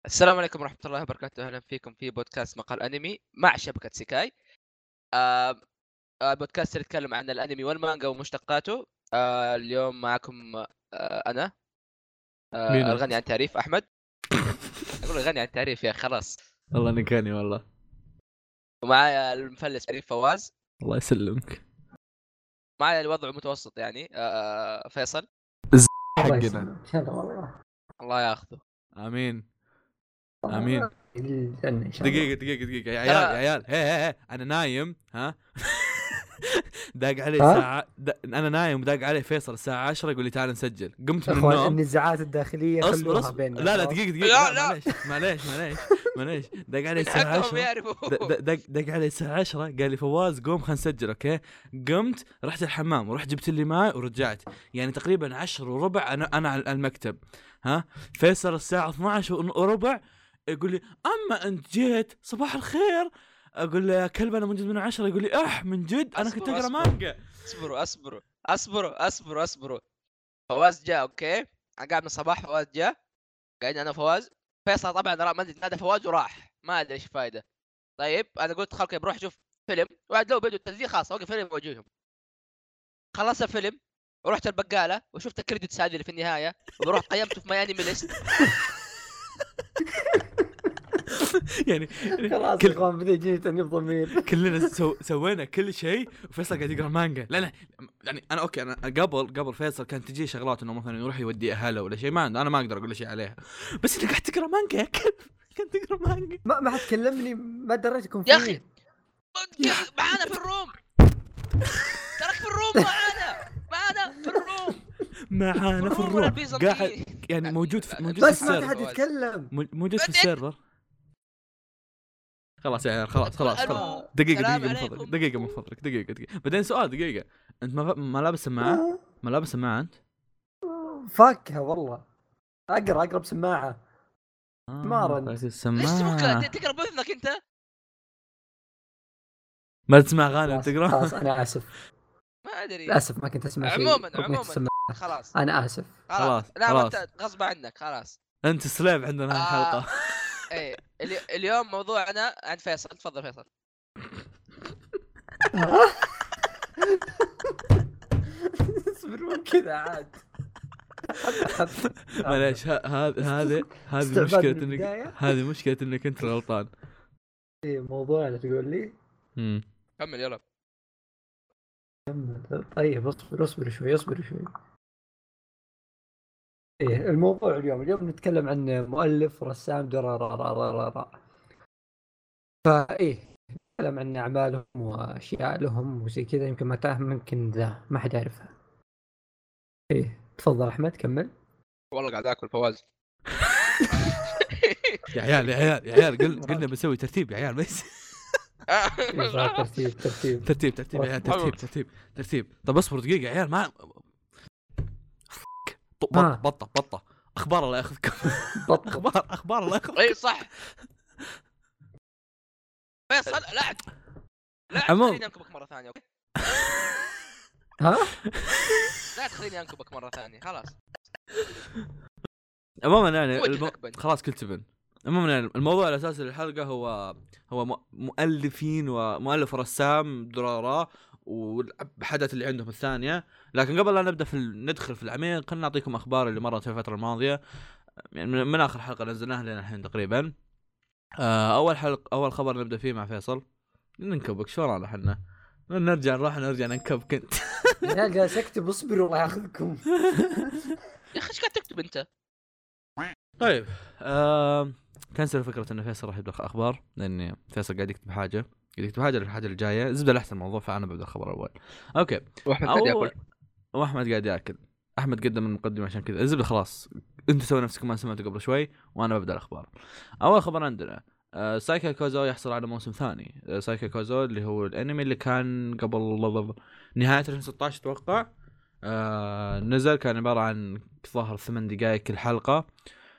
السلام عليكم ورحمة الله وبركاته. أهلا فيكم في بودكاست مقال أنمي مع شبكة سيكاي. آه بودكاست يتكلم عن الأنمي والمانجا ومشتقاته. اليوم معكم أنا مين الغني انت؟ عن تعريف أحمد. أقول الغني عن تعريف يا خلاص. والله نكاني والله. ومعايا المفلس تعريف فواز. الله يسلمك. معايا الوضع متوسط يعني فيصل. حقنا. الله ياخذه. امين امين. الجنة إن شاء الله. دقيقة يا عيال يا عيال. هي انا نايم ها. داق علي ها؟ الساعة انا نايم وداق علي فيصل الساعة 10 يقول لي تعال نسجل. قمت من اخوان النوم. النزاعات الداخلية اصبر خلوها اصبر. بيننا. لا خلاص. دقيقة لا. معليش داق علي من الساعة حقهم 10. يعرفوا. دق علي الساعة 10 قال لي فواز قوم خلينا نسجل. اوكي قمت رحت الحمام ورحت جبت لي ماء ورجعت، يعني تقريبا 10 وربع انا على المكتب. ها فيصل الساعة 12 وربع يقول لي اما انت جيت صباح الخير. اقول له يا كلب انا موجود من 10. يقول لي من جد انا كنت اقرا مانجا. اصبروا. فواز جاء. اوكي انا قاعد من الصباح. فواز جاء قاعد انا وفواز. فيصل طبعا ما ادري نادى فواز وراح، ما ادري ايش فايده. طيب انا قلت خلك بروح اشوف فيلم، وبعد لو بدوا التسجيل خلاص اوقف فيلم واجيهم. خلصت الفيلم ورحت البقاله وشفت الكريدتس هذه اللي في النهايه، ورحت قيمته في ماي انمي ليست. يعني خلاص يا اخوان بدي يجيني تأنيب ضمير. كلنا سوينا كل شيء وفيصل قاعد يقرا مانجا. لا يعني انا اوكي انا قبل فيصل كانت تجي شغلات انه مثلا يروح يودي اهله ولا شيء، ما انا ما اقدر اقول شيء عليها، بس انت قاعد تقرا مانجا يا كلب. كنت تقرا مانجا. ما حد كلمني، ما دريتكم فيه يا اخي معانا في الروم. ترك في الروم معانا في الروم. معانا في الروم قاعد يعني موجود في بس ما السيرفر. حد يتكلم. موجود في السيرفر. خلاص يا عيال خلاص. دقيقة من فضلك دقيقة. بعدين سؤال دقيقة، انت ما لابس سماعة؟ ما لابس سماعة انت؟ فاكهة والله. اقرا بسماعة. مارن ليش اسمك تقرا باذنك انت؟ ما تسمع اغاني تقرا؟ خلاص انا اسف. ما ادري للاسف ما كنت اسمع شيء. عموما خلاص انا اسف. خلاص غصب عنك خلاص. انت سليب عندنا الحلقة. ايه اليوم موضوعنا عن فيصل. تفضل فيصل. اصبروا كذا عاد. معليش هذه مشكلة انك انت غلطان. ايه موضوعنا تقول لي؟ كمل يلا. طيب اصبر شوي. ايه الموضوع اليوم نتكلم عن مؤلف ورسام فايه نتكلم عن اعمالهم واشياء لهم وزي كذا. يمكن ممكن ذا ما حد يعرفها. ايه تفضل احمد كمل. والله قاعد اكل فواز. يا عيال قلنا بنسوي ترتيب يا عيال بس. ترتيب. طب اصبر دقيقة يا عيال. ما بطة اخبار الله ياخذكم. اخبار الله ياخذكم. اي صح. فيصل لا خليني انكبك مرة ثانية. اوكي ها لا تخليني انكبك مرة ثانية خلاص. عموما يعني خلاص كل تبن. عموما يعني الموضوع الاساسي للحلقة هو مؤلفين ومؤلف ورسام درارة والحدث اللي عندهم الثانية. لكن قبل لا نبدأ ندخل في العميق خلينا نعطيكم أخبار اللي مرت في الفترة الماضية، يعني من آخر حلقة نزلناها لنا الحين تقريبا. أول خبر نبدأ فيه مع فيصل. ننكبك شو رانا حنا نرجع ننكبك انت. يا جالس اكتب اصبروا الله ياخذكم. يا اخي ايش قاعد تكتب انت؟ طيب كنسل فكرة إن فيصل راح يبدأ أخبار، لأن فيصل قاعد يكتب حاجة للحاجة الجاية. زبدة لأحسن الموضوع، فأنا ببدأ الخبر الأول. أوكي. وأحمد قاعد يأكل. أحمد قدم المقدمة عشان كذا. زبدة خلاص أنت سوي نفسك ما سمعته قبل شوي وأنا ببدأ الأخبار. أول خبر عندنا سايكا كوزو يحصل على موسم ثاني. سايكا كوزو اللي هو الأنمي اللي كان قبل نهاية 2016 أتوقع. نزل كان عبارة عن ظهر 8 دقائق كل حلقة.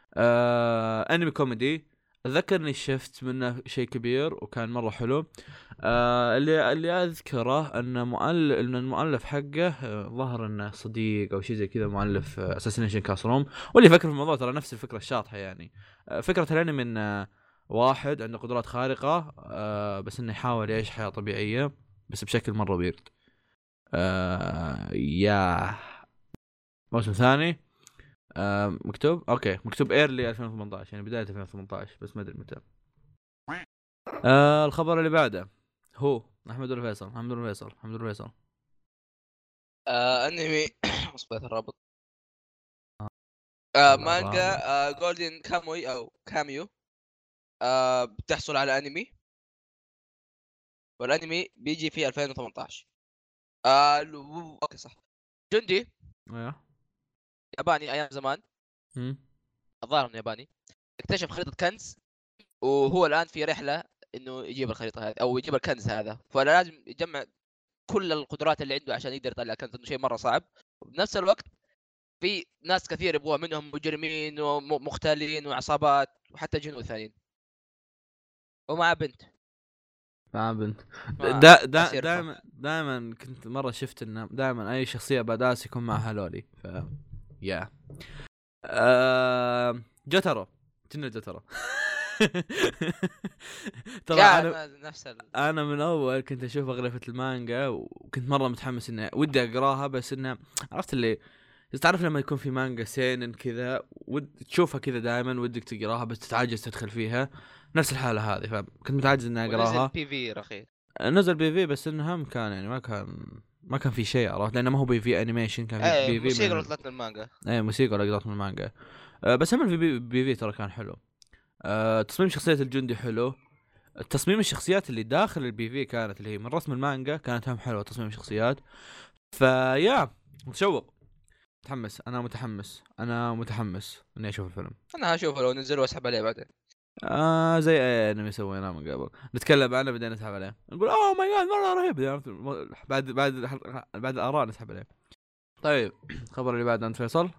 انمي كوميدي. اتذكر اني شفت منه شيء كبير وكان مره حلو. اللي اذكره ان المؤلف حقه ظهر انه صديق او شيء زي كذا، مؤلف اساسينيشن كاسروم. واللي فكر في الموضوع ترى نفس الفكره الشاطحه يعني. فكره الانمي ان واحد عنده قدرات خارقه بس انه يحاول يعيش حياه طبيعيه بس بشكل مره ويرد. يا موسم ثاني مكتوب اوكي، مكتوب ايرلي 2018 يعني بدايه 2018 بس ما ادري متى. الخبر اللي بعده هو احمد ولا فيصل؟ محمد ولا فيصل؟ محمد ولا فيصل؟ انمي اصبر الرابط. مانجا جولدن كاموي او كاميو. بتحصل على انمي، والانمي بيجي في 2018. اوكي صح. جندي ايوه ياباني ايام زمان، الظاهر انه ياباني، اكتشف خريطة كنز، وهو الان في رحلة انه يجيب الخريطة هذه او يجيب الكنز هذا، فلازم يجمع كل القدرات اللي عنده عشان يقدر يطلع كنز، انه شيء مرة صعب. وبنفس الوقت في ناس كثير يبغوا منهم مجرمين ومختالين وعصابات وحتى جنود ثانيين، ومع بنت مع بنت. دائما دائما كنت مره شفت انه دائما اي شخصيه باداس يكون معها لولي. ف يا جوتارو جنة جوتارو. ترى انا من اول كنت اشوف اغلفه المانجا وكنت مره متحمس اني ودي اقراها، بس انه عرفت اللي تعرف لما يكون في مانجا سينن كذا تشوفها كذا دائما ودك تقراها بس تتعجز تدخل فيها، نفس الحاله هذه، فكنت متعجز اني اقراها. نزل بي في رخيص، نزل بي في بس انه هم كان يعني ما كان في شيء، عرفت، لانه ما هو بي في انيميشن، كان في بي في موسيقى لقطات المانجا. موسيقى لقطات من المانجا. بس هم في بي في ترى كان حلو. تصميم شخصيه الجندي حلو، تصميم الشخصيات اللي داخل البي في كانت اللي هي من رسم المانجا كانت هم حلوه تصميم الشخصيات. فيا متشوق، متحمس اني اشوف الفيلم. انا هشوفه لو نزل واسحب عليه بعدين. زي اي انمي سويناه من قبل، نتكلم عنه بعدين نسحب عليه، نقول اوه ماي جاد مره رهيب، بعد الاراء نسحب عليه. طيب الخبر اللي بعد انت فيصل.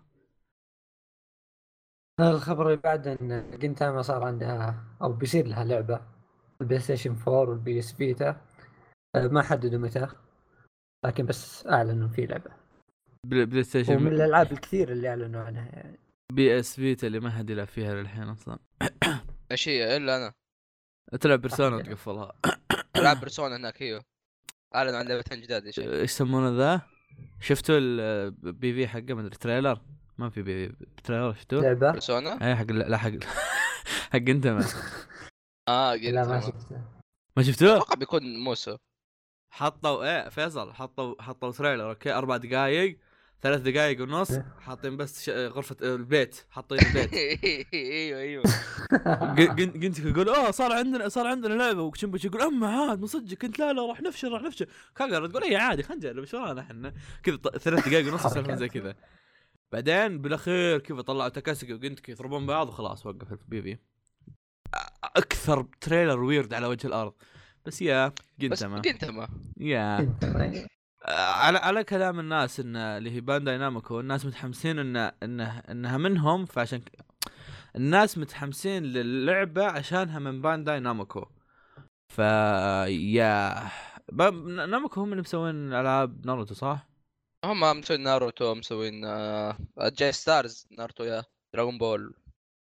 الخبر اللي بعد ان جنتاما صار عندها او بيصير لها لعبه البلاي ستيشن 4 والبي اس فيتا، ما حددوا متى لكن بس اعلنوا في لعبه بلاي ستيشن، ومن الالعاب الكثير اللي اعلنوا عنها يعني. بي اس فيتا اللي ما حد يلعب فيها للحين اصلا. ايش هي الا انا تلعب بيرسونا وتقفلها. العاب بيرسونا هناك. هي اعلن عن لعبتين جداد. ايش يسمونه ذا؟ شفتوا البي في حقه من التريلر؟ ما في بي في تريلر شفتوه؟ لعبه بيرسونا اي حق لا حق حق انت ما لا ما شفته. ما شفتوه؟ اتوقع بيكون موسو. حطوا فيصل حطوا تريلر اوكي 4 دقائق 3 دقائق ونص حاطين بس غرفة البيت، حاطين البيت. ايوه قلت يقول صار عندنا لعبة، وشمبش يقول عاد من صدق كنت لا راح نفشل كاغر تقول اي عادي خلينا نجرب ايش ورانا احنا كذا 3 دقائق ونص سالفة زي كذا. بعدين بالاخير كيف طلعوا تكاسكي وقنت يضربون بعض وخلاص وقف البي في. اكثر تريلر ويرد على وجه الارض. بس يا قنتما يا على كلام الناس ان اللي هي بانداي نامكو، الناس متحمسين انها منهم، فعشان الناس متحمسين للعبة عشانها من بانداي نامكو. يا نامكو هم اللي مسوين العاب ناروتو صح؟ هم مسوين ناروتو، مسوين جاي ستارز ناروتو يا دراغون بول.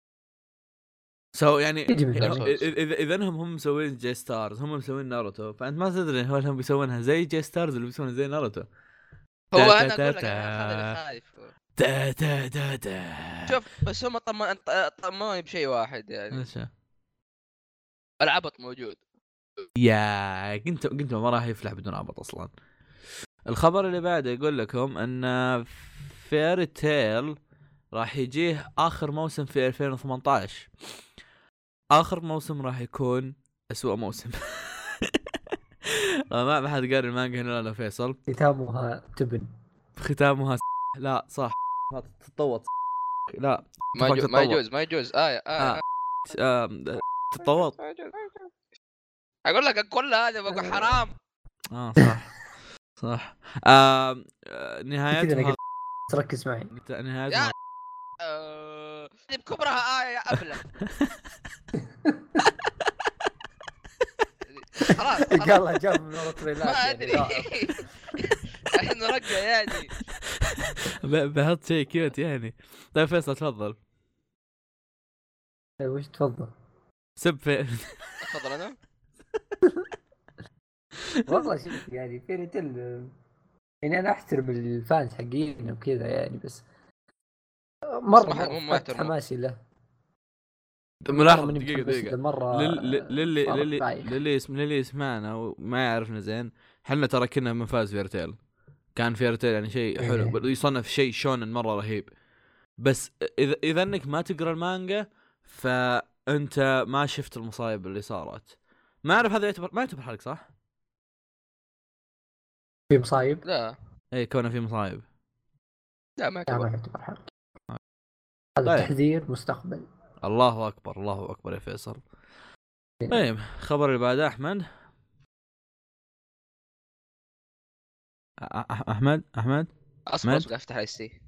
يعني اذا هم مسوين جاي ستارز، هم مسوين ناروتو، فانت ما تدري هل هم بيسوونها زي جاي ستارز اللي بيسوونها زي ناروتو. هو انا اقول لك هذا اللي خايف. شوف بس هم طمنوني بشيء واحد يعني العبط موجود. يا قلت ما راح يفلح بدون عبط اصلا. الخبر اللي بعده يقول لكم ان فيري تيل راح يجيه اخر موسم في 2018. اخر موسم راح يكون اسوأ موسم. ما حد قاري المانجا هنا ولا فيصل؟ ختامها لا صح تتطوط لا ما يجوز تتطوط. اقول لك كل هذا بقى حرام. صح نهايتها ركز معي. نهايتها بكبرها يا ابله. خلاص قال له جاب من ورا تريلات ما يعني ادري ضاعف. الحين رقه يعني. بحط شيء كيوت يعني. طيب فيصل تفضل. وش تفضل؟ سب في اتفضل انا. والله شوف يعني فيري تيل، يعني انا احترم الفانز حقين وكذا يعني، بس مره مو فقدت محترمه. حماسي له. ملاحظ ماني دقيقة متحمس دقيقة. له مرة. للي يسمعنا وما يعرفنا زين، حنا ترى كنا من فاز فيرتيل. كان فيرتيل يعني شيء حلو، إيه. يصنف شيء شونن مرة رهيب. بس اذا انك ما تقرا المانجا فانت ما شفت المصايب اللي صارت. ما اعرف هذا ما يعتبر حرق صح؟ في مصايب؟ لا اي كونه في مصايب. لا ما لا ما كبر. يعتبر حرق. هذا طيب. تحذير مستقبل. الله اكبر الله اكبر يا فيصل. طيب خبر اللي بعده احمد. احمد اصبر مد؟ قاعد افتح اي سي.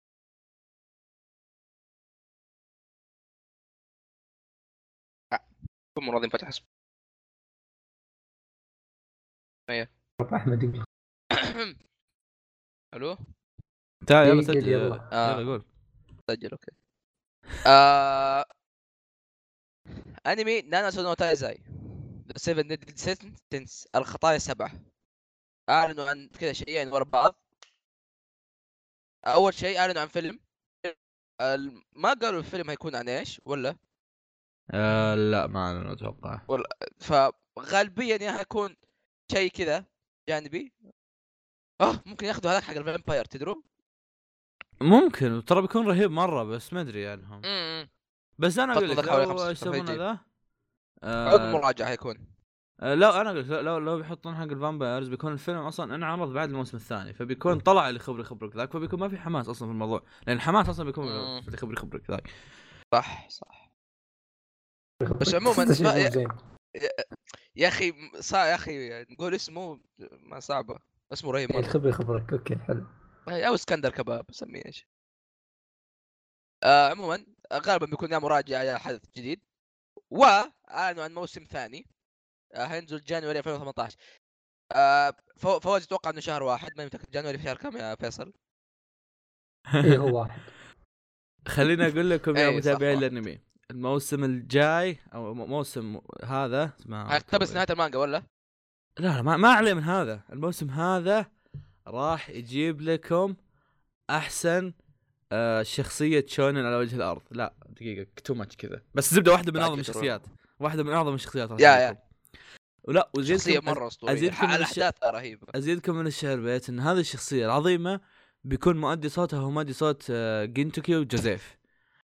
كم راضي فتح اسم. ايه احمد يقول الو. تعال يلا يقول سجل. يلا. يلا قول. سجل اوكي. انمي ناناتسو نو تايزاي ذا 7 ديدلي سنتنس الخطايا 7. اعلنوا عن كذا شيئين ورا بعض. اول شيء اعلنوا عن فيلم. ما قالوا الفيلم هيكون عن ايش ولا لا ما انا اتوقع. فغالبيا يا هيكون شيء كذا جانبي. ممكن ياخذوا هذاك حق الفامباير تدروا. ممكن ترى بيكون رهيب مره، بس ما ادري عنهم. بس انا اقول لك ذاك حوالي لو 5 يسوون ذا عقد مراجعه هيكون. لو انا اقول لك لو بيحطون حق الفامبايرز بيكون الفيلم اصلا انعرض بعد الموسم الثاني، فبيكون طلع اللي خبرك ذاك، فبيكون ما في حماس اصلا في الموضوع، لان الحماس اصلا بيكون في اللي خبرك ذاك. صح بس عموما زين. يا اخي يا اخي نقول اسمه ما صعبه. اسمه رهيب مره. خبرك اوكي حلو. او اسكندر كباب سميه ايش. عموما غالبا بيكون يا مراجعه يا حدث جديد. واعلنوا عن موسم ثاني هينزل جانوري 2018. فوز يتوقع انه شهر واحد، ما متاكد جانوري في شهر كم يا فيصل. ايه هو واحد. خليني اقول لكم يا أي صح، متابعين واحد. الانمي، الموسم الجاي او موسم هذا هيقتبس نهايه المانجا ولا لا ما عليه من هذا. الموسم هذا راح يجيب لكم احسن شخصية شونن على وجه الارض. لا دقيقة تو ماتش كذا، بس زبدة واحدة من اعظم الشخصيات. واحدة من اعظم الشخصيات يا ولا شخصية مرة اسطورية. الاحداث رهيبة. ازيدكم من الشعر بيت ان هذه الشخصية العظيمة بيكون مؤدي صوتها هو مؤدي صوت جينتوكي وجوزيف.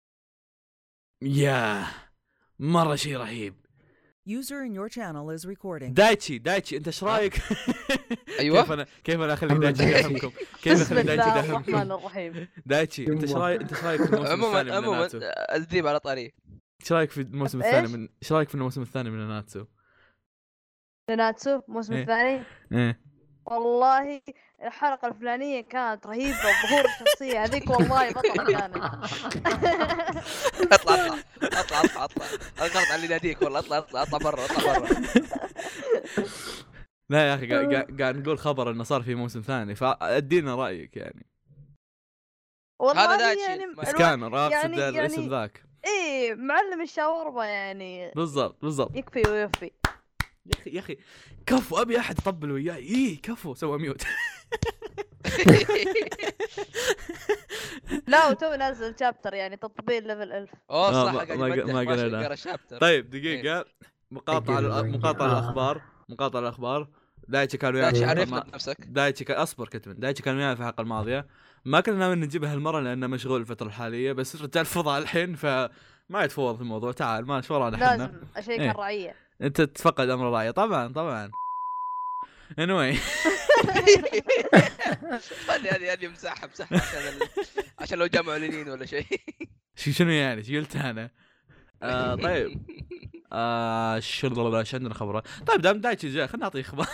يا مرة شيء رهيب. User in your channel is recording. دايتشي انت ايش رايك؟ ايوه كيف انا اخلي دايتشي يدعمكم؟ كيف بسم اخلي الله دايتشي الرحمن يدعمكم؟ الرحيم. دايتشي انت ايش رايك في الموسم الثاني من عموما ناناتسو؟ الذيب على طريق. ايش رايك في الموسم إيش؟ الثاني من ايش رايك في الموسم الثاني من ناناتسو؟ ناناتسو الموسم إيه. الثاني ايه والله الحلقة الفلانية كانت رهيبة، وظهور الشخصية هذيك والله بطلة كانت. اطلع الغلط على اللي يناديك والله. اطلع برا. لا يا اخي قاعد نقول خبر انه صار في موسم ثاني، فادينا رايك يعني. والله هذا دايتشي يعني بس كان رافض يعني الاسم ذاك. ايه معلم الشاورما يعني. بالضبط يكفي ويوفي. يا اخي كفو، ابي احد يطبل وياي. كفو سوى ميوت. لا وتو نازل شابتر يعني تطبيل ليفل 1000. صح ما قرينا. شابتر. طيب دقيقة مقاطعة الأخبار. دايتشي كان وياي عرفنا بنفسك. أصبر كتمن. دايتشي كان وياي في الحلقة الماضية. ما كنا ناويين نجيبها هالمرة لأنه مشغول الفترة الحالية، بس رجال فضى الحين فما يتفوض في الموضوع. تعال ما شو ورانا احنا. لازم اشيك الرعية. انت تتفقد امر الرعية طبعا. anyway. هذه مساحة عشان لو جمعوا لينين ولا شيء. شنو يعني شو قلت انا؟ طيب شو عندنا خبر؟ طيب دام دايتشي جاء خلينا نعطيه خبر.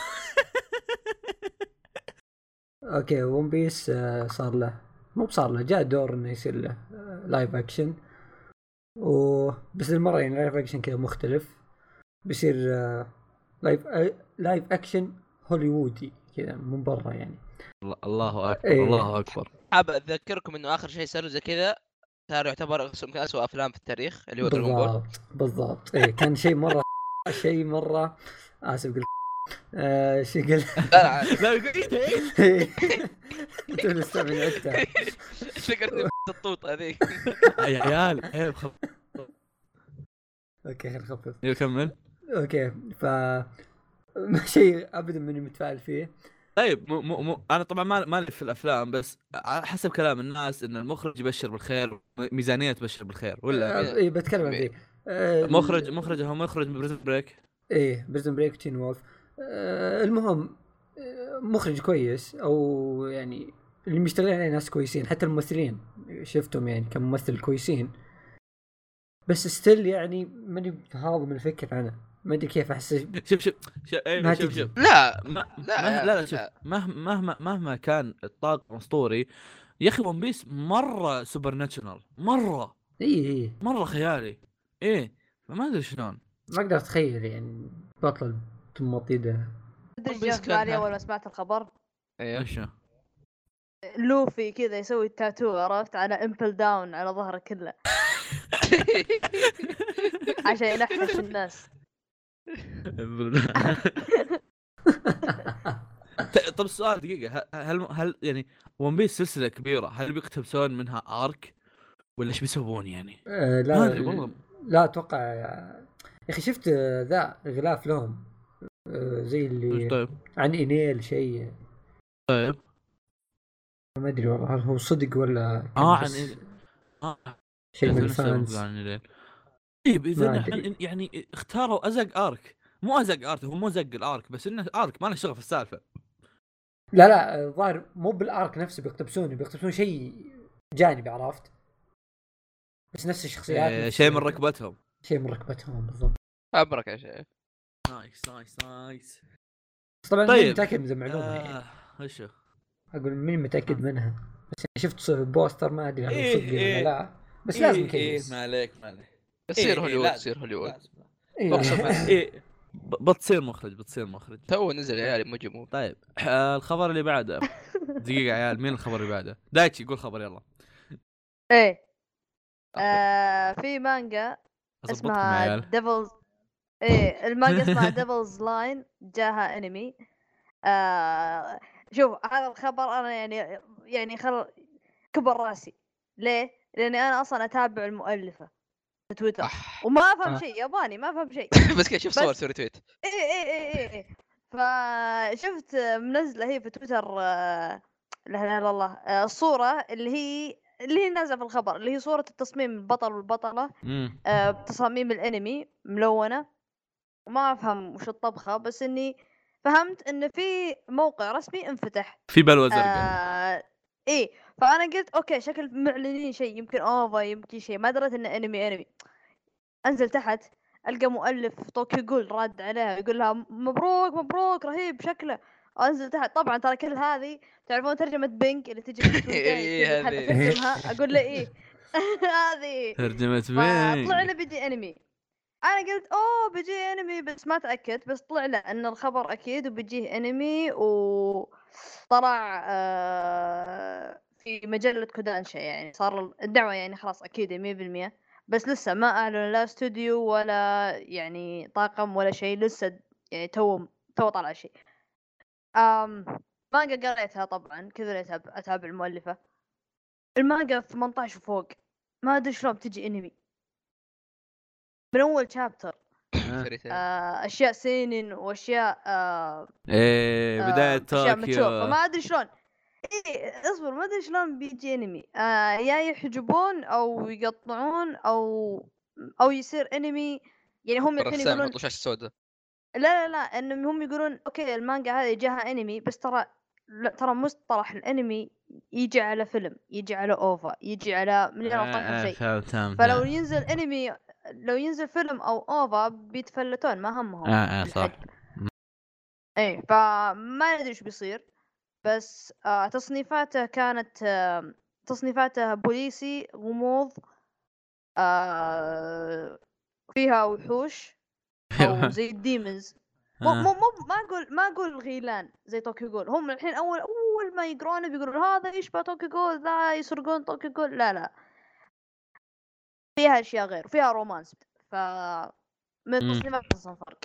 اوكي ون بيس صار له جاء دور انه يصير له لايف اكشن، بس المره يعني لايف اكشن كذا مختلف. بيصير لايف اكشن هوليوودي كذا من برا يعني. الله اكبر إيه. الله اكبر. حاب اذكركم انه اخر شيء صار زي كذا صار يعتبر يمكن اسوء افلام في التاريخ اللي هو دراغون بول. بالضبط ايه كان شيء مره شيء مره اسف قلت شيء قلت لا لا قلت انت مستعمل عدتها فكرتني بالطوط هذيك. يا عيال عيب اوكي خلينا نخفف. يكمل. اوكي ف شيء ابدا ماني متفاعل فيه. طيب مو انا طبعا مالي في الافلام، بس على حسب كلام الناس ان المخرج يبشر بالخير، ميزانيه تبشر بالخير ولا ايه بتكلم عن ذي. مخرج هو مخرج بريزن بريك. ايه بريزن بريك تين وولف. المهم مخرج كويس او يعني اللي مشتغلين عليه ناس كويسين، حتى الممثلين شفتهم يعني كممثل كويسين، بس ستيل يعني ماني هاضم الفكرة انا ما ادري كيف احس. شوف ما شوف تجي. لا شوف مهما كان الطاقم اسطوري يا اخي، ون بيس مره سوبر ناتشورال مره ايه مره خيالي. ايه ما ادري شلون ما اقدر اتخيل يعني بطل تمطي ده. تدري جاء في بالي اول ما سمعت الخبر؟ ايش لوفي كذا يسوي التاتو، عرفت، على امبل داون على ظهره كله عشان ينحش الناس. طب السؤال دقيقة، هل يعني ون بيس سلسلة كبيرة، هل بيقتبسون منها ارك ولا ايش بيسوون يعني؟ لا والله لا اتوقع يا اخي. شفت ذا غلاف لهم زي اللي طيب. عن اينيل شيء. طيب ما ادري والله هل هو صدق ولا عن شيء من الفانز. طيب اذا يعني اختاروا ازق ارك، مو ازق ارك، هو مو زق الارك بس انه ارك ما له شغل في السالفه. لا الظاهر مو بالارك نفسه بيقتبسون شيء جانبي، عرفت، بس نفس الشخصيات شيء من ركبتهم بالضبط. ابرك يا شيخ. نايس. طبعا طيب. ماني متاكد من المعلومه يعني. ايش اقول ماني متاكد منها، بس يعني شفت بوستر ما ادري هل هو صدق ولا لا، بس لازم نكيس. ما عليك تصير هوليوود بتصير مخرج تو نزل يا عيال مو. طيب الخبر اللي بعده. دقيقه يا عيال، مين الخبر اللي بعده؟ دايتشي يقول خبر يلا. ايه في مانجا اسمها ديفلز. ايه المانجا اسمها ديفلز لاين، جاها انمي. شوف هذا الخبر انا يعني كبر راسي. ليه؟ لاني انا اصلا اتابع المؤلفة في تويتر وما افهم شيء ياباني، ما افهم شيء بس كذا شوف صور سوري تويت. ايه فشفت منزله هي في تويتر لا اله الا الله الصورة اللي هي نازله في الخبر، اللي هي صورة التصميم البطل والبطلة بتصاميم الانمي ملونة، وما افهم وش الطبخة، بس اني فهمت ان في موقع رسمي انفتح في بلوى زرقاء. ايه فانا قلت اوكي شكل معلنين شيء، يمكن اوفا يمكن شيء، ما دريت انه انمي. انزل تحت القى مؤلف طوكيو جول راد عليها يقول لها مبروك رهيب شكله. انزل تحت طبعا ترى كل هذه تعرفون ترجمة بينك اللي تجي في ايه حد ترجمها اقول له ايه هذه ترجمة بينك. طلع له بيجي انمي. انا قلت اوه بيجي انمي بس ما تاكد، بس طلع له ان الخبر اكيد وبيجيه انمي، وطلع في مجلة كودانشا، يعني صار الدعوة يعني خلاص اكيد 100%، بس لسه ما اعلن لا استوديو ولا يعني طاقم ولا شيء، لسه يعني تو طلع شيء. مانجا قريتها طبعا كذا اتابع المؤلفة. المانجا 18 وفوق، ما ادري شلون بتجي انمي من اول شابتر. اشياء سينين واشياء بداية اشياء متشوف، طوكيو. فما ادري شلون. ايه اصبر ما ادري شلون بيجي انمي يا يحجبون او يقطعون او يصير انمي. يعني هم الحين يقولون شاشة سوداء. لا انهم هم يقولون اوكي المانجا هذه جاها انمي، بس ترى مصطلح الانمي يجي على فيلم، يجي على اوفا، يجي على مليون طرح شيء. فلو ينزل انمي، لو ينزل فيلم او اوفا بيتفلتون ما همهم صح. ايه فما ندري ايش بيصير، بس تصنيفاته كانت تصنيفاته بوليسي غموض، فيها وحوش او زي الديمونز، ما اقول غيلان زي طوكيو جول. هم الحين اول ما يقرونه بيقولون هذا يشبه طوكيو جول، ذا يسرقون طوكيو جول. لا فيها اشياء غير، فيها رومانس. ف من التصميمات اصلا فرق.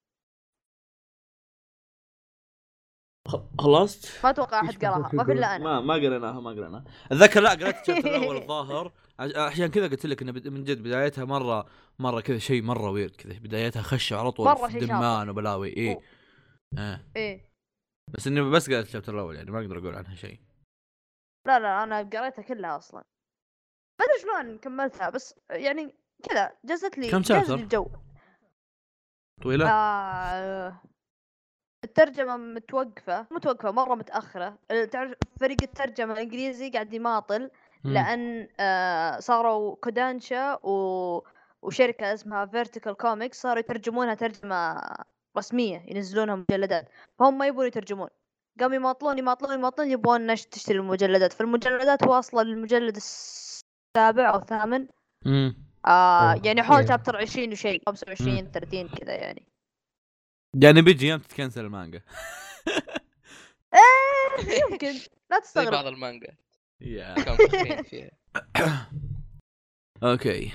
خلصت؟ ما اتوقع احد قراها، ما في الا انا. ما قريناها. اتذكر لا قريت الشابتر الاول الظاهر، عشان كذا قلت لك ان من جد بدايتها مره كذا شيء مره ويرد كذا. بدايتها خش على طول مرة في شيء دمان وبلاوي. ايه ايه بس اني بس قريت الشابتر الاول، يعني ما اقدر اقول عنها شيء. لا انا قريتها كلها اصلا. ما ادري شلون كملتها، بس يعني كذا جازت لي الجو. طويله. الترجمة متوقفة مرة متأخرة. تعرف فريق الترجمة الإنجليزي قاعد يماطل لأن صاروا كودانشا وشركة اسمها فيرتيكال كوميكس صاروا يترجمونها ترجمة رسمية، ينزلونها مجلدات، فهم ما يبون يترجمون. قاموا يماطلون يبون ناس تشتري المجلدات. فالمجلدات واصلة للمجلد 7 أو 8. يعني حول شابتر 20 وشيء 25 30 كذا يعني بيجي يوم تتكنسل المانجا. يمكن لا تستغرب. زي بعض المانجا فيها. اوكي.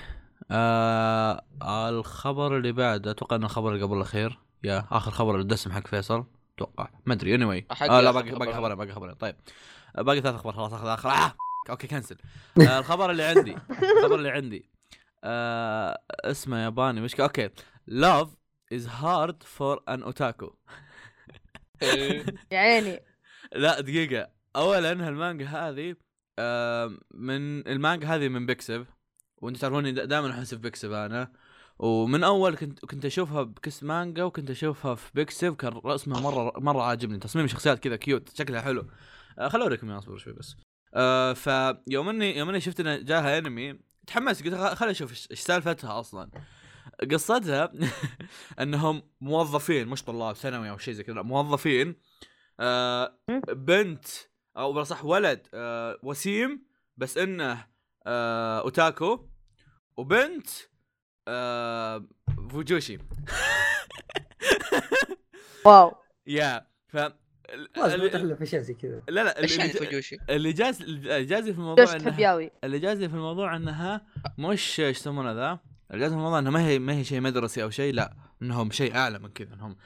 الخبر اللي بعده اتوقع ان الخبر اللي قبل الاخير اخر خبر الدسم حق فيصل اتوقع، ما ادري. anyway لا باقي خبرين. طيب باقي 3 اخبار خلاص اخذ اخر. اوكي كنسل. الخبر اللي عندي اسمه ياباني مشكلة. اوكي love is hard for an otaku. يا عيني. لا دقيقة، اولا المانجا هذه من المانجا هذه من بيكسب، وانت تعرفوني دائما احس في بيكسب انا، ومن اول كنت اشوفها بكس مانجا وكنت اشوفها في بيكسب. كان رسمها مره عاجبني، تصميم الشخصيات كذا كيوت، شكلها حلو. خلوا اوريكم يا اصبر شوي بس. فيوم اني شفت ان جاها انمي تحمست، قلت خليني اشوف ايش سالفتها اصلا. قصتها انهم موظفين مش طلاب ثانوي او شيء زي كذا، موظفين. بنت او بصح ولد وسيم بس انه اوتاكو، وبنت فوجوشي. واو يا لازم تحلف اشياء زي كذا. لا اللي جازي في الموضوع اللي جازي في الموضوع انها مش ايش يسمونه ذا، اللي جازي في الموضوع انها ما هي شيء مدرسي او شيء، لا انهم شيء اعلى من كذا، انهم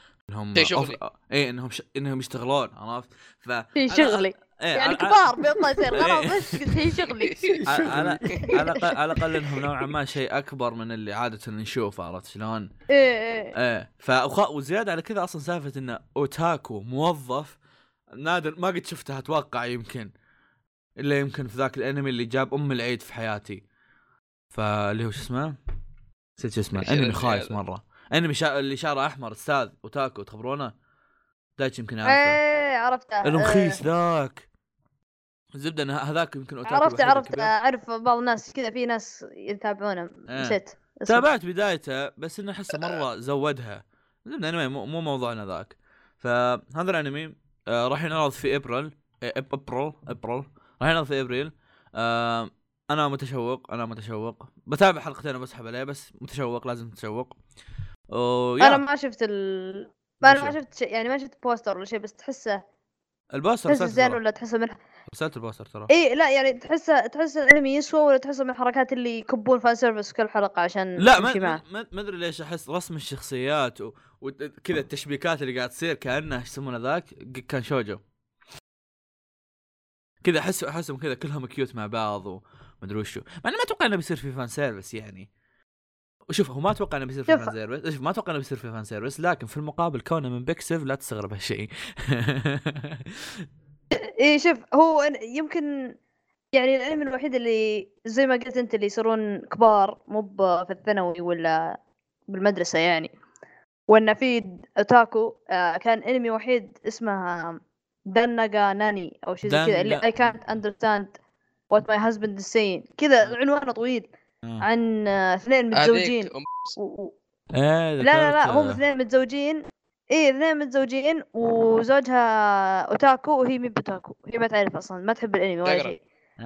انهم يشتغلون، عرفت؟ في شغلي يعني كبار بيطلع يصير غلط بس شيء شغلي. على الاقل انهم نوعا ما شيء اكبر من اللي عاده نشوفه، عرفت شلون؟ ايه وزياده على كذا اصلا سالفه انه اوتاكو موظف نادر، ما قد شفتها اتوقع، يمكن في ذاك الانمي اللي جاب العيد في حياتي، فاللي هو شو اسمه، نسيت شو اسمه، انمي خايس مره، انمي اللي شعره احمر، استاذ اوتاكو تخبرونه دايتش يمكن عارفه. عرفته الرخيص ذاك. الزبده ان هذاك يمكن اوتاكو. اعرف بعض الناس كذا، في ناس يتابعونه. نسيت تابعت بدايته بس انه احسه مره زودها. الانمي مو موضوعنا ذاك. فهذا الانمي راح ينعرض في ابريل راح ينعرض في ابريل. انا متشوق بتابع حلقتين وبسحب عليه، بس متشوق، لازم تتشوق. انا ما شفت ما شفت شيء، يعني ما شفت بوستر ولا شيء، بس تحسه البوستر زين ولا تحسه من رسالة البوستر ترى لا يعني تحس الانمي يسوى، ولا تحسه من الحركات اللي يكبون فان سيرفيس كل حلقه عشان لا ما ادري ليش احس رسم الشخصيات وكذا التشبيكات اللي قاعد تصير كانه ايش يسمونه ذاك كان شوجو كذا، احسهم كذا كلهم كيوت مع بعض ومدري وشو، مع انه ما اتوقع انه بيصير في فان سيرفيس يعني. وشوف هو ما اتوقع انه بيصير في فان سيرفيس، ما اتوقع انه بيصير في فان سيرفيس، لكن في المقابل كونه من بيكسف لا تستغرب هالشيء. شوف هو يمكن يعني الانمي الوحيد اللي زي ما قلت انت اللي يصيرون كبار، مو في الثانوي ولا بالمدرسه يعني، وان في اوتاكو. كان انمي وحيد اسمه دانغا ناني او شيء زي كذا، اللي I can't understand what my husband is saying، كذا عنوانه طويل عن اثنين متزوجين. لا هم اثنين متزوجين. اثنين متزوجين وزوجها اوتاكو وهي مي بوتاكو، هي ما تعرف اصلا، ما تحب الانمي ولا شيء.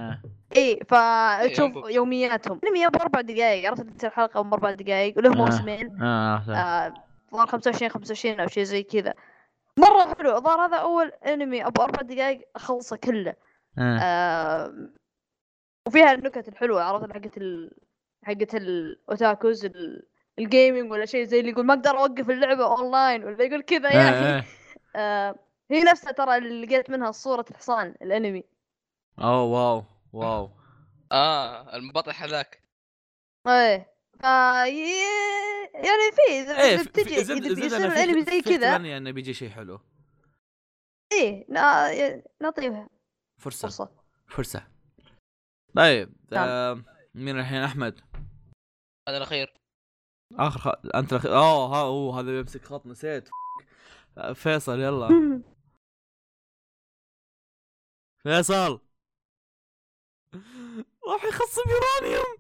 فتشوف يومياتهم. الانمي ب4 دقائق، عرفت تصير حلقه ب4 دقائق وله موسمين. ظهر 25 او شيء زي كذا، مره حلو. ظهر هذا اول انمي ابو 4 دقائق اخلصه كله. وفيها النكت الحلوه، عرفت حقت الاوتاكوز الجيمنج ولا شيء زي اللي يقول ما اقدر اوقف اللعبه اونلاين ولا يقول كذا يا اخي. هي نفسها ترى اللي لقيت منها صوره الحصان الانمي. اوه واو المبطح هذاك. ايه يعني في اذا بتجي اذا يصير الانمي زي كذا يعني بيجي شيء حلو. ايه نعطيه فرصه. طيب مين الحين؟ احمد هذا الاخير. انت الاخير. هذا بيمسك خط، نسيت. فيصل يلا. فيصل راح يخصم يورانيوم.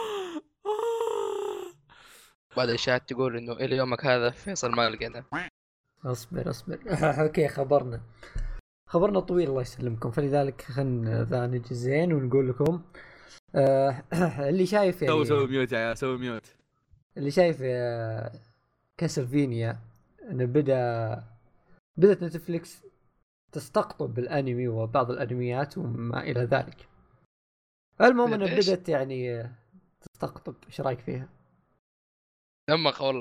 بعد الاشاعات تقول انه الى يومك هذا فيصل ما لقينا. اصبر اوكي، خبرنا طويل الله يسلمكم، فلذلك خلنا ذا نجزين ونقول لكم اللي شايف يعني سوي ميوت يا سوي ميوت. اللي شايف كاسلفينيا انه بدأت نتفليكس تستقطب بالانمي وبعض الانميات وما الى ذلك. المهم انه بدأت يعني تستقطب. ايش رايك فيها؟ دمك والله.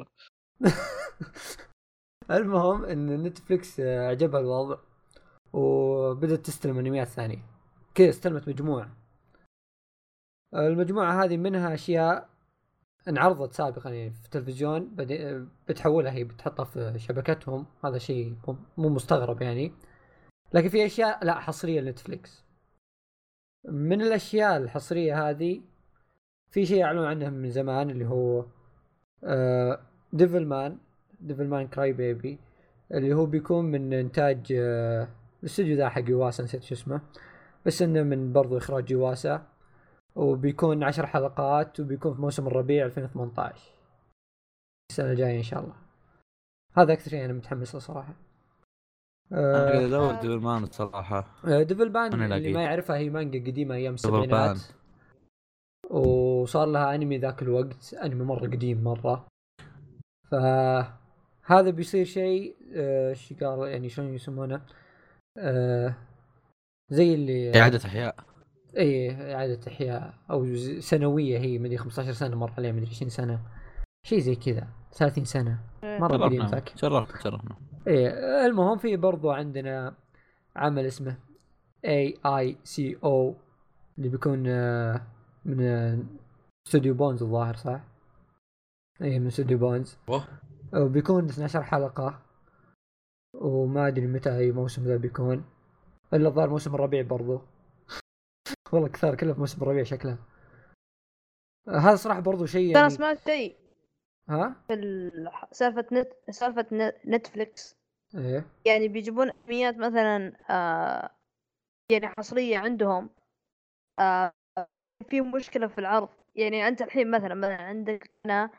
المهم ان نتفليكس عجبها الوضع وبدأت تستلم انميات ثانية. كذا استلمت المجموعة هذه منها اشياء انعرضت سابقا يعني في التلفزيون، بتحولها هي بتحطها في شبكتهم. هذا شيء مو مستغرب يعني. لكن في اشياء لا حصرية لنتفليكس. من الاشياء الحصرية هذه في شيء اعلنوا عنه من زمان اللي هو ديفل مان كراي بيبي، اللي هو بيكون من انتاج الاستوديو ذا حق يواسا، نسيت شو اسمه، بس انه من برضو اخراج يواسا، وبيكون 10 حلقات وبيكون في موسم الربيع 2018 السنة الجاية ان شاء الله. هذا اكثر شيء انا متحمس له صراحة. ديفل مان الصراحة. ديفل مان اللي ما يعرفها هي مانجا قديمة ايام السبعينات، وصار لها انمي ذاك الوقت، انمي مرة قديم مرة. فهذا بيصير شيء قال يعني شلون يسمونه، زي اللي إعادة إحياء. إعادة إحياء أو سنوية. هي مدري 15 سنة مر عليها، مدري 20 سنة شيء زي كذا، 30 سنة مرة قديم ذاك. شرفنا. المهم في برضو عندنا عمل اسمه AICO اللي بيكون من استوديو بونز الظاهر، صح؟ من استوديو بونز. وبيكون 12 حلقة، وما أدري متى أي موسم ذا بيكون، إلا الظاهر موسم الربيع برضو. والله كثار كله في موسم الربيع شكله. هذا صراحة برضو شيء يعني. أنا سمعت شيء في سالفة نتفليكس. إيه يعني بيجيبون أنميات مثلا يعني حصرية عندهم. في مشكلة في العرض. يعني أنت الحين مثلا عندك هنا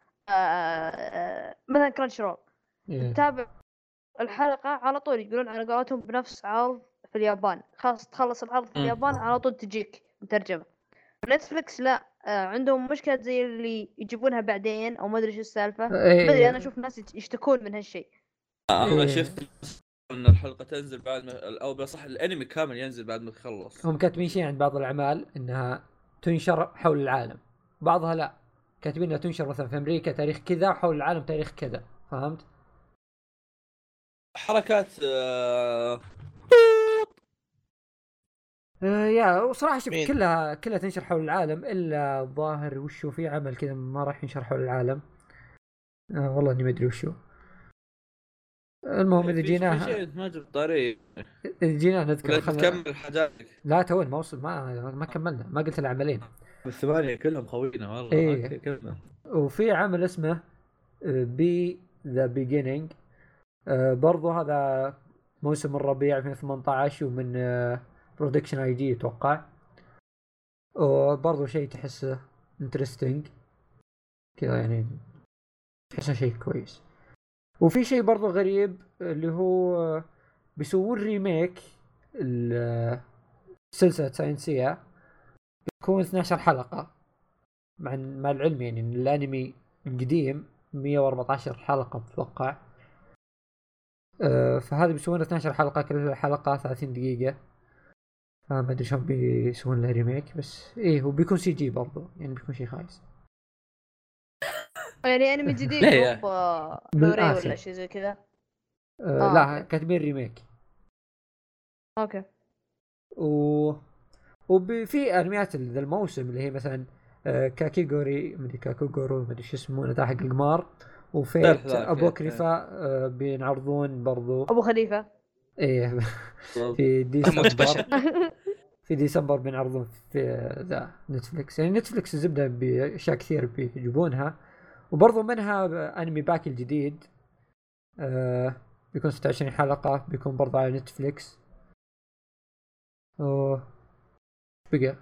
مثلا كرانش رول، تتابع الحلقة على طول يقولون على قولتهم بنفس عرض في اليابان، خلاص تخلص العرض في اليابان على طول تجيك مترجمة. نتفليكس لا، عندهم مشكلة زي اللي يجيبونها بعدين أو ما أدري شو السالفة. ما أدري، أنا أشوف ناس يشتكون من هالشيء. أنا شفت إن الحلقة تنزل بعد ما، أو بصح الأنمي كامل ينزل بعد ما تخلص. هم كاتبين شيء عند بعض الأعمال إنها تنشر حول العالم، بعضها لا كاتبين إنها تنشر مثلا في أمريكا تاريخ كذا وحول العالم تاريخ كذا. فهمت؟ حركات يا وصراحة شوف كلها تنشر حول العالم إلا ظاهر وشو في عمل كذا ما راح ينشر حول العالم. والله إني ما أدري وشو. المهم إذا جيناها شيء ما جبت طريق. إذا جينا نذكر تكمل حاجاتك. لا توين ما وصل، ما كملنا، ما قلت العملين. الثمانية كلهم خوينا والله. إيه. كلنا. وفي عمل اسمه بي ذا بيجينينج، برضو هذا موسم الربيع 2018 ومن برودكشن اي جي اتوقع. وبرضو شيء تحسه انترستينج كذا، يعني تحسه شيء كويس. وفي شيء برضو غريب اللي هو بيسوون ريميك سلسلة ساينسية، بيكون 12 حلقة مع العلم يعني الانمي القديم 114 حلقة بتوقع. فهذا بيسوون 12 حلقة، كل حلقة 30 دقيقة. ما ادري شلون بيسوون له ريميك، بس ايه هو بيكون سي جي برضه، يعني بيكون شيء خايس. يعني انمي جديد لا يا. مو بلوراي بالآخر. ولا شيء زي كذا. لا أوكي. كاتبين ريميك. اوكي. وفي انميات ذا الموسم اللي هي مثلا كاكيغوري، مدري كاكوغورو مدري شو اسمه، نتاح القمار، وفيت ذاك، ابوكريفا بينعرضون برضو. ابو خليفه. ايه بالضبط. في اموت بشر. ديسمبر. في ديسمبر بينعرضون في ذا نتفليكس. يعني نتفليكس الزبده باشياء كثير بيجيبونها. وبرضو منها انمي باكي الجديد، بيكون 26 حلقه، بيكون برضو على نتفليكس. بقى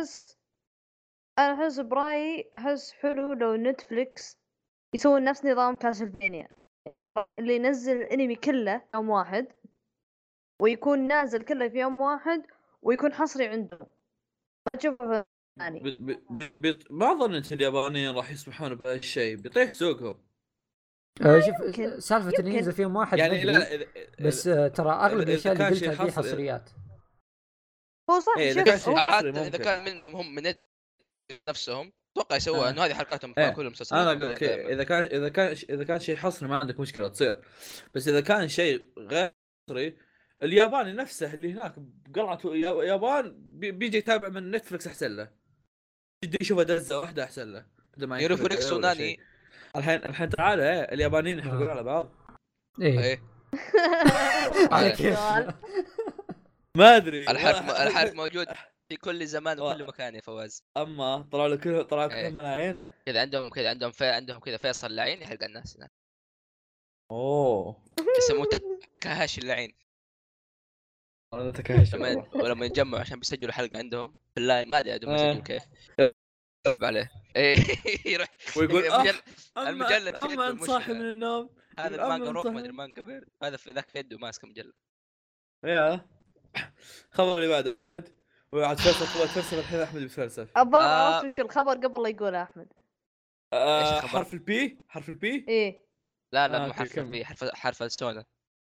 انا احس برايي، احس حلو لو نتفليكس يسوون نفس نظام كاسلفينيا، اللي ينزل الانمي كله يوم واحد، ويكون نازل كله في يوم واحد، ويكون حصري عندهم، ما تشوفه ثاني. ما اظن ان اليابانيين راح يسمحون بهالشيء، بيطيح سوقهم. شوف يمكن. سالفه انه يمكن. ينزل في يوم واحد يعني مدري، لا بس ترى اغلب الاشياء اللي كان شيء قلتها دي حصري. حصريات. هو صح. إيه، إذا شوف كان شيء هو حصري عاد ممكن. اذا كان منهم من نفسهم اتوقع يسووها، انه هذه حركاتهم في كل ايه المسلسلات انا اقول لك دائما. اذا كان شيء حصري ما عندك مشكله تصير. بس اذا كان شيء غير حصري، الياباني نفسه اللي هناك بقلعة يابان بيجي يتابع من نتفلكس احسن له، يجي يشوف دزه واحده احسن له بدل ما يحرق نيروفليكس ولا شيء. وناني. الحين تعال، اليابانيين يحرقون على بعض. ايه ايه على على- كيف. ما ادري الحرق موجود في كل زمان وكل مكان يا فواز. اما طلعوا كلهم إيه. ملايين. عندهم كذا فيصل لعين يحرق الناس هناك، اوه يسموه كهش اللعين. انا تكهش ولما يتجمعوا عشان بيسجلوا حلقه عندهم في اللاين، ما ادري عندهم يسجلوا كيف عليه. ايه يروح ويقول المجلد في اما يده انت صاحي المشكلة. من النوم. هذا أما المانجا أنت روك، ما صاحي. ادري المانجا بير، هذا في ذاك في يده ماسك مجلد. يا خبر اللي بعده. وعاد فلسفه تبغى تفلسف الحين، احمد بيتفلسف. الظاهر عرفت الخبر قبل لا يقوله احمد. ايش الخبر؟ حرف البي. ايه. لا مو أوكي، حرف كمل. في حرف السونا.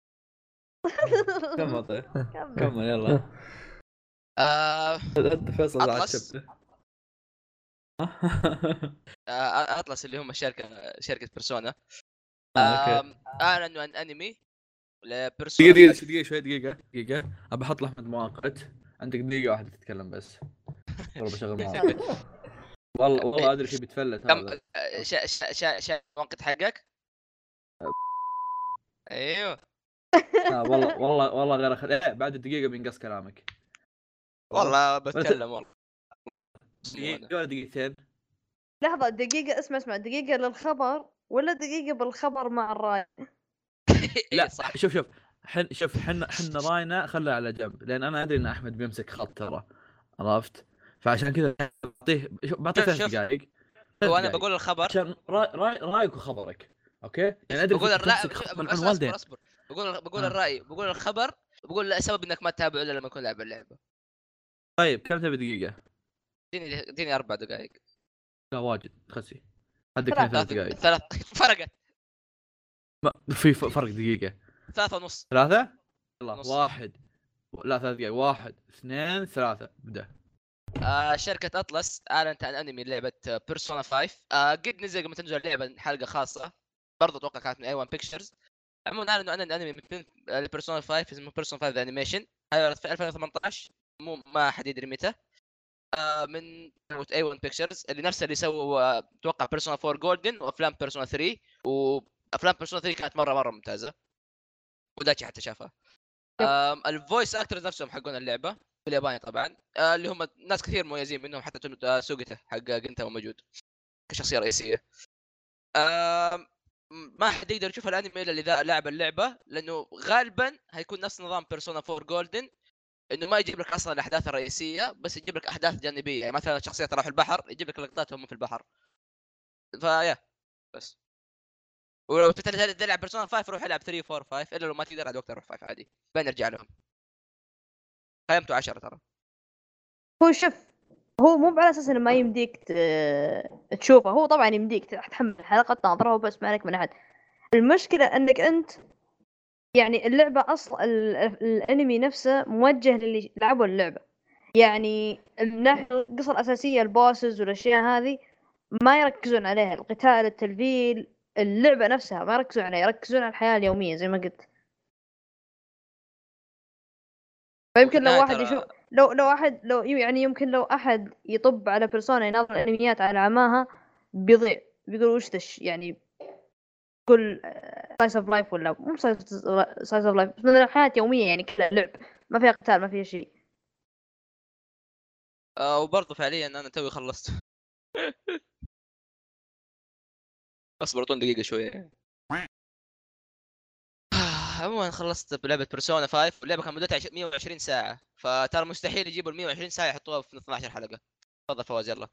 كمل طيب. كمل. كمل يلا. انت فيصل بعد اطلس. شبته. اطلس اللي هم شركه بيرسونا. اوكي. اعلنوا عن انمي لبيرسونا. دقيقة ابى احط لاحمد مؤقت. عندك دقيقة واحدة تتكلم بس. والله بشغل مؤقت. والله ادري شي بيتفلت كم هذا. وقت حقك. ايوه والله غير بعد الدقيقة بينقص كلامك. والله بتكلم والله. دقيقة ولا دقيقتين؟ لحظة دقيقة، اسمع دقيقة للخبر ولا دقيقة بالخبر مع الراي؟ لا صح. شوف حنا راينا خلها على جنب، لان انا ادري ان احمد بيمسك خط ترى، عرفت؟ فعشان كذا بعطيه 3 دقائق. وانا بقول الخبر عشان رايك وخبرك. اوكي يعني ادري بقول الرأي. تمسك خط من الوالدين. اصبر بقول الرأي، بقول الخبر، بقول السبب انك ما تتابع الا لما يكون لاعب اللعبة. طيب كم تبي دقيقة؟ اديني 4 دقائق. لا واجد خسي. عندك 3 دقائق. ثلاث فرقت. في فرق دقيقة. 3.5. 3 يلا نص. 1 لا 3 دقائق. 1 2 3 بدأ. شركة أطلس أعلنت عن أنمي لعبة بيرسونا 5. قد نزل قبل ما تنزل اللعبة حلقة خاصة، برضو أتوقع كانت من A1 Pictures. عموما أعلنوا عن أنمي من بيرسونا 5 اسمه بيرسونا 5 أنيميشن، هيعرض في 2018، ما حد يدري متى. من A1 Pictures اللي نفسه اللي سووا أتوقع بيرسونا 4 جولدن وأفلام بيرسونا 3، وأفلام بيرسونا 3 كانت مرة ممتازة، ودايتشي حتى شافها. الفويس اكترز نفسهم حقون اللعبه بالياباني طبعا، اللي هم ناس كثير مميزين منهم، حتى سوقته حق جنتا موجود كشخصيه رئيسيه. ما حد يقدر يشوف الانمي الا اذا لعب اللعبه، لانه غالبا هيكون نفس نظام بيرسونا 4 جولدن، انه ما يجيب لك اصلا الاحداث الرئيسيه، بس يجيب لك احداث جانبيه. يعني مثلا شخصيات راحوا البحر يجيب لك لقطات هم في البحر. فيا بس. ولو تلعب بيرسونا 5 روح العب 3 4 5، الا لو ما تقدر على وقت اروح 5 عادي، بين ارجع لهم. قيمته 10 ترى. هو شوف، هو مو على اساس انه ما يمديك تشوفه، هو طبعا يمديك تحمل حلقة تناظرها وبس، ما عليك من احد. المشكلة انك انت يعني اللعبة اصلا الانمي نفسه موجه للي لعبوا اللعبة، يعني من ناحية القصة الاساسية البوسز والاشياء هذه ما يركزون عليها، القتال التلفيل اللعبة نفسها ما يركزون عليها، يركزون على الحياة اليومية زي ما قلت. فيمكن لو واحد يشوف لو احد لو يعني يمكن لو احد يطب على بيرسونا يناظر الانميات على عماها بيضيع، بيقول وش يعني كل سايز اوف لايف ولا مو سايز اوف لايف، بس من الحياة يومية يعني كلها لعب ما فيها قتال ما فيها شيء. وبرضه فعليا انا توي خلصت. اصبر طول دقيقه شويه. عموما خلصت بلعبه بيرسونا 5، واللعبه كان مدتها 120 ساعه، فترى مستحيل يجيبوا ال 120 ساعه يحطوها في 12 حلقه. تفضل فواز يلا.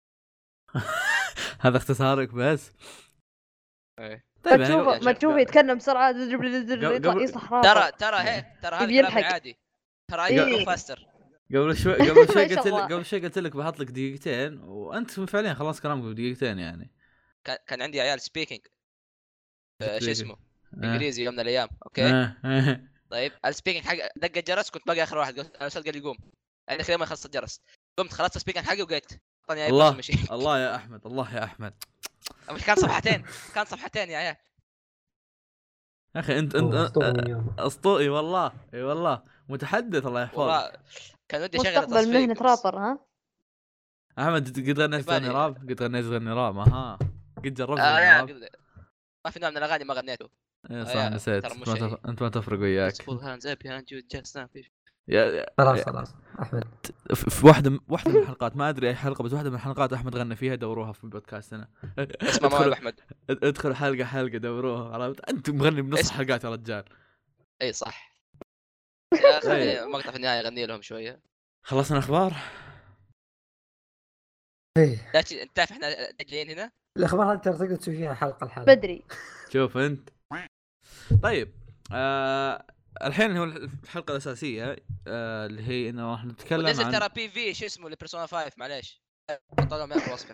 هذا اختصارك بس. ايه طيب ما تشوف يتكلم بسرعه يطلع يصح راسه. ترى هذا يبي كلام يلحق. عادي، ترى إيه. اي فاستر. قبل شوي قبل شوي قلت لك بحط لك دقيقتين وانت فعليا خلاص كلامك بدقيقتين يعني. كان عندي عيال سبيكينج شو اسمه انجليزي يوم من الايام. اوكي طيب السبيكينج حق دق الجرس، كنت باقي اخر واحد، قلت الاستاذ قال لي قوم، انا خلينا ما يخلص الجرس، قمت خلصت السبيكينج حقي وقلت اعطاني الله مشي. الله يا احمد، الله يا احمد. مش كان صفحتين يا عيال. يا اخي انت اسطوري والله. اي والله متحدث، الله يحفظك والله. كان ودي شغله مستقبل مهنة رابر. ها احمد قد غنيت تغني راب اها قد جربت راب. ما في نوع من الاغاني ما غنيته. ايه صح نسيت. انت ما تفرق وياك. خلاص احمد في واحده من الحلقات، ما ادري اي حلقه، بس واحده من الحلقات احمد غنى فيها، دوروها في بودكاستنا. اسمه مواهب احمد. ادخل حلقه دوروها، عرفت انت مغني بنص حلقات يا رجال. اي صح يا اخي. مقطع في النهايه غني لهم شويه. خلصنا اخبار. ايه انت تعرف احنا جايين هنا الاخبار هذه تقدر تسوي فيها حلقه الحلقه بدري. شوف انت. طيب الحين هو الحلقه الاساسيه اللي هي انه راح نتكلم نزل عن ترى بي في شو اسمه لبيرسونا 5. معليش طلعوا ياخذ وصفه.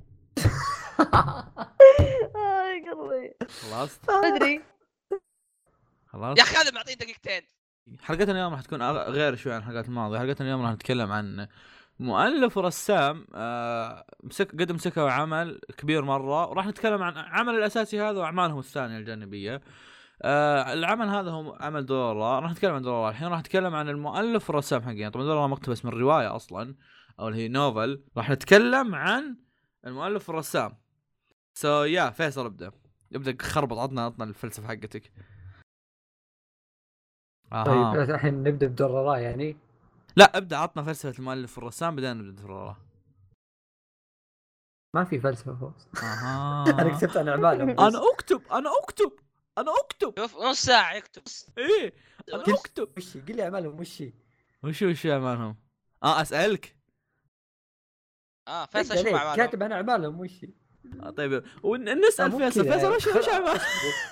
يا قلبي خلاص بدري. خلاص يا اخي هذا معطيني دقيقتين. حلقتنا اليوم راح تكون غير شوي عن الحلقات الماضيه. حلقتنا اليوم راح نتكلم عن مؤلف ورسام قدم سكوا عمل كبير مره، وراح نتكلم عن عمل الاساسي هذا واعمالهم الثانيه الجانبيه. العمل هذا هو عمل دورارا. راح نتكلم عن دورارا الحين. راح نتكلم عن المؤلف والرسام حقين. طبعا دورارا مقتبس من الروايه اصلا، او اللي هي نوفل. راح نتكلم عن المؤلف والرسام. يا فيصل ابدا خربط، عطنا الفلسفه حقتك. طيب الحين نبدا بدورارا يعني. لا ابدا عطنا فلسفه المؤلف والرسام بدنا نبدا دورارا. ما في فلسفه فوز. انا كتبت عن اعمالهم. انا اكتب شوف نص ساعه يكتب. ايه انا اكتب. وش قل لي اعمالهم وش اعمالهم؟ اسالك. فيصل شو اعمالهم؟ كاتب انا اعمالهم وش. طيب ونسال فيصل وش اعمالهم؟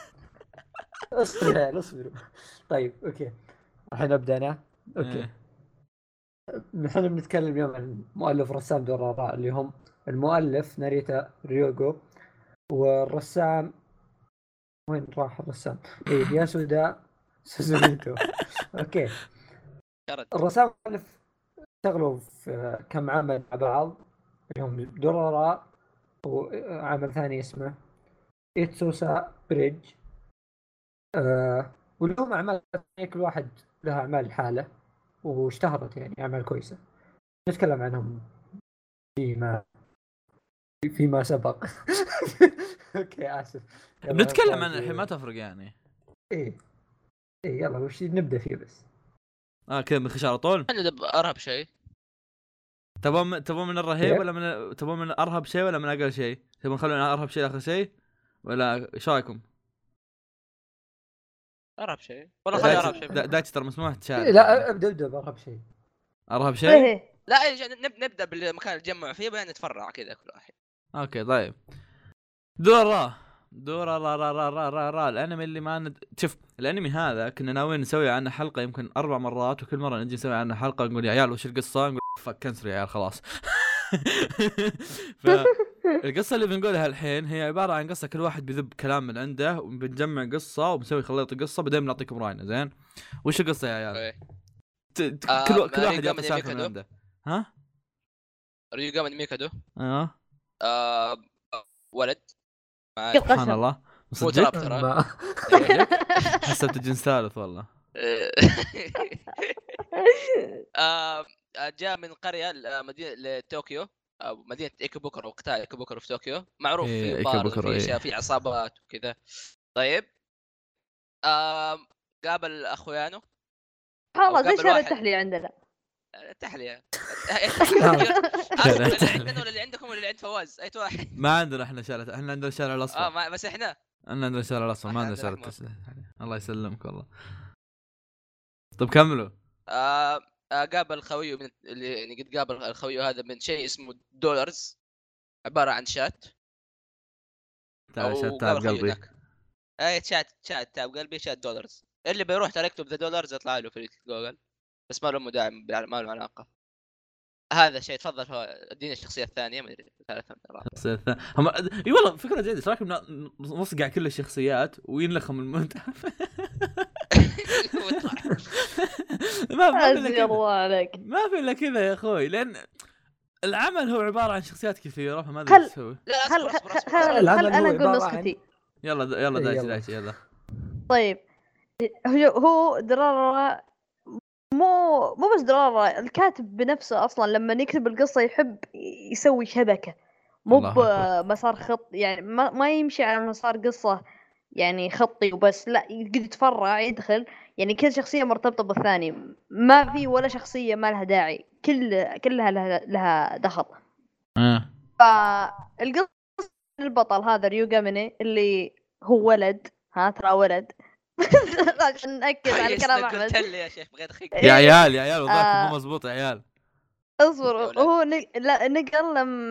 اصبر. طيب اوكي الحين ابدا انا. اوكي نحن بنتكلم اليوم عن مؤلف رسام دورارا، اللي هم المؤلف ناريتا ريوغو، والرسام وين راح الرسام؟ ياسودا سوزوميتو. اوكي الرسام اشتغلوا في كم عمل مع بعض، اللي هم دورارا، وعمل ثاني اسمه إتسوسا بريدج. ولهم أعمال كل واحد لها أعمال حالة واشتهرت يعني أعمال كويسة، نتكلم عنهم فيما سبق. اوكي اسف. نتكلم عن الحين ما تفرق يعني. ايه يلا وش نبدا فيه بس. كذا بنخش على طول. انا ارهب شيء. تبون من الرهيب ولا من تبون من ارهب شيء ولا من اقل شيء؟ تبون نخلينا ارهب شيء اخر شيء ولا ايش رايكم؟ ارهب شيء والله خلي ارهب شيء. دايتش ترى مسموح تشارك. لا ابدا بارهب شيء. ارهب شيء؟ لا نبدا بالمكان اللي نتجمع فيه بعدين نتفرع كذا كل واحد. اوكي طيب. دورارا الانمي اللي ما شوف الانمي هذا كنا ناويين نسوي عنه حلقه يمكن 4 مرات، وكل مره نجي نسوي عنه حلقه نقول يا عيال وش القصه، نقول فك كنسل يا عيال خلاص. فالقصه اللي بنقولها الحين هي عباره عن قصه كل واحد بيذب كلام من عنده وبنجمع قصه وبنسوي خليط قصه بعدين بنعطيكم راينا. زين وش القصه يا عيال؟ إيه. كل واحد يعطي سالفه من عنده. ها ريوغا من ميكادو ولد سبحان الله هو مصدق ترى حسبت جنس ثالث والله. جاء من قرية مدينة لطوكيو أو مدينة إيكوبوكورو، وقتها إيكوبوكورو في طوكيو معروف في بار في أشياء في عصابات وكذا. طيب قابل أخويانه والله زي شارع التحلية عندنا. التحلية عندنا ولا اللي عندكم ولا اللي عند فواز؟ أي واحد. ما عندنا احنا شارع، احنا عندنا الشارع الأصفر. بس احنا عندنا الشارع الأصفر ما عندنا شارع التسليح. الله يسلمك والله. طب كملوا. قابل خويه من اللي يعني قد قابل الخويه هذا من شيء اسمه دولارز، عبارة عن شات. شات تاب قلبي. اي شات تاب قلبي شات دولارز. اللي بيروح ترى يكتب ذا دولارز يطلع له في جوجل، بس ما له داعم ما له علاقة. هذا شيء. تفضل اديني الشخصية الثانية ما ادري ثالثة هم اي والله فكرة جيدة. ايش رايكم نصقع كل الشخصيات وينلخم المنتخب؟ ما في الا كذا يا اخوي، لان العمل هو عبارة عن شخصيات كثيرة فما ادري ايش تسوي. خل انا اقول نسختي. يلا دايتي يلا. طيب هو درارة مو بس درارة، الكاتب بنفسه اصلا لما يكتب القصة يحب يسوي شبكة، مو بمسار خط يعني ما يمشي على مسار قصة يعني خطي وبس، لا يقدر يتفرع يدخل يعني كل شخصية مرتبطة بالثاني، ما في ولا شخصية ما لها داعي، كلها لها دخل. فالقصة البطل هذا ريوغا ميني اللي هو ولد، ترى ولد عشان نأكد على كلام أحمد. قلت لي يا شيخ بغيت أخيك يا عيال وضعكم مو مزبوط يا عيال. اصبر هو نقل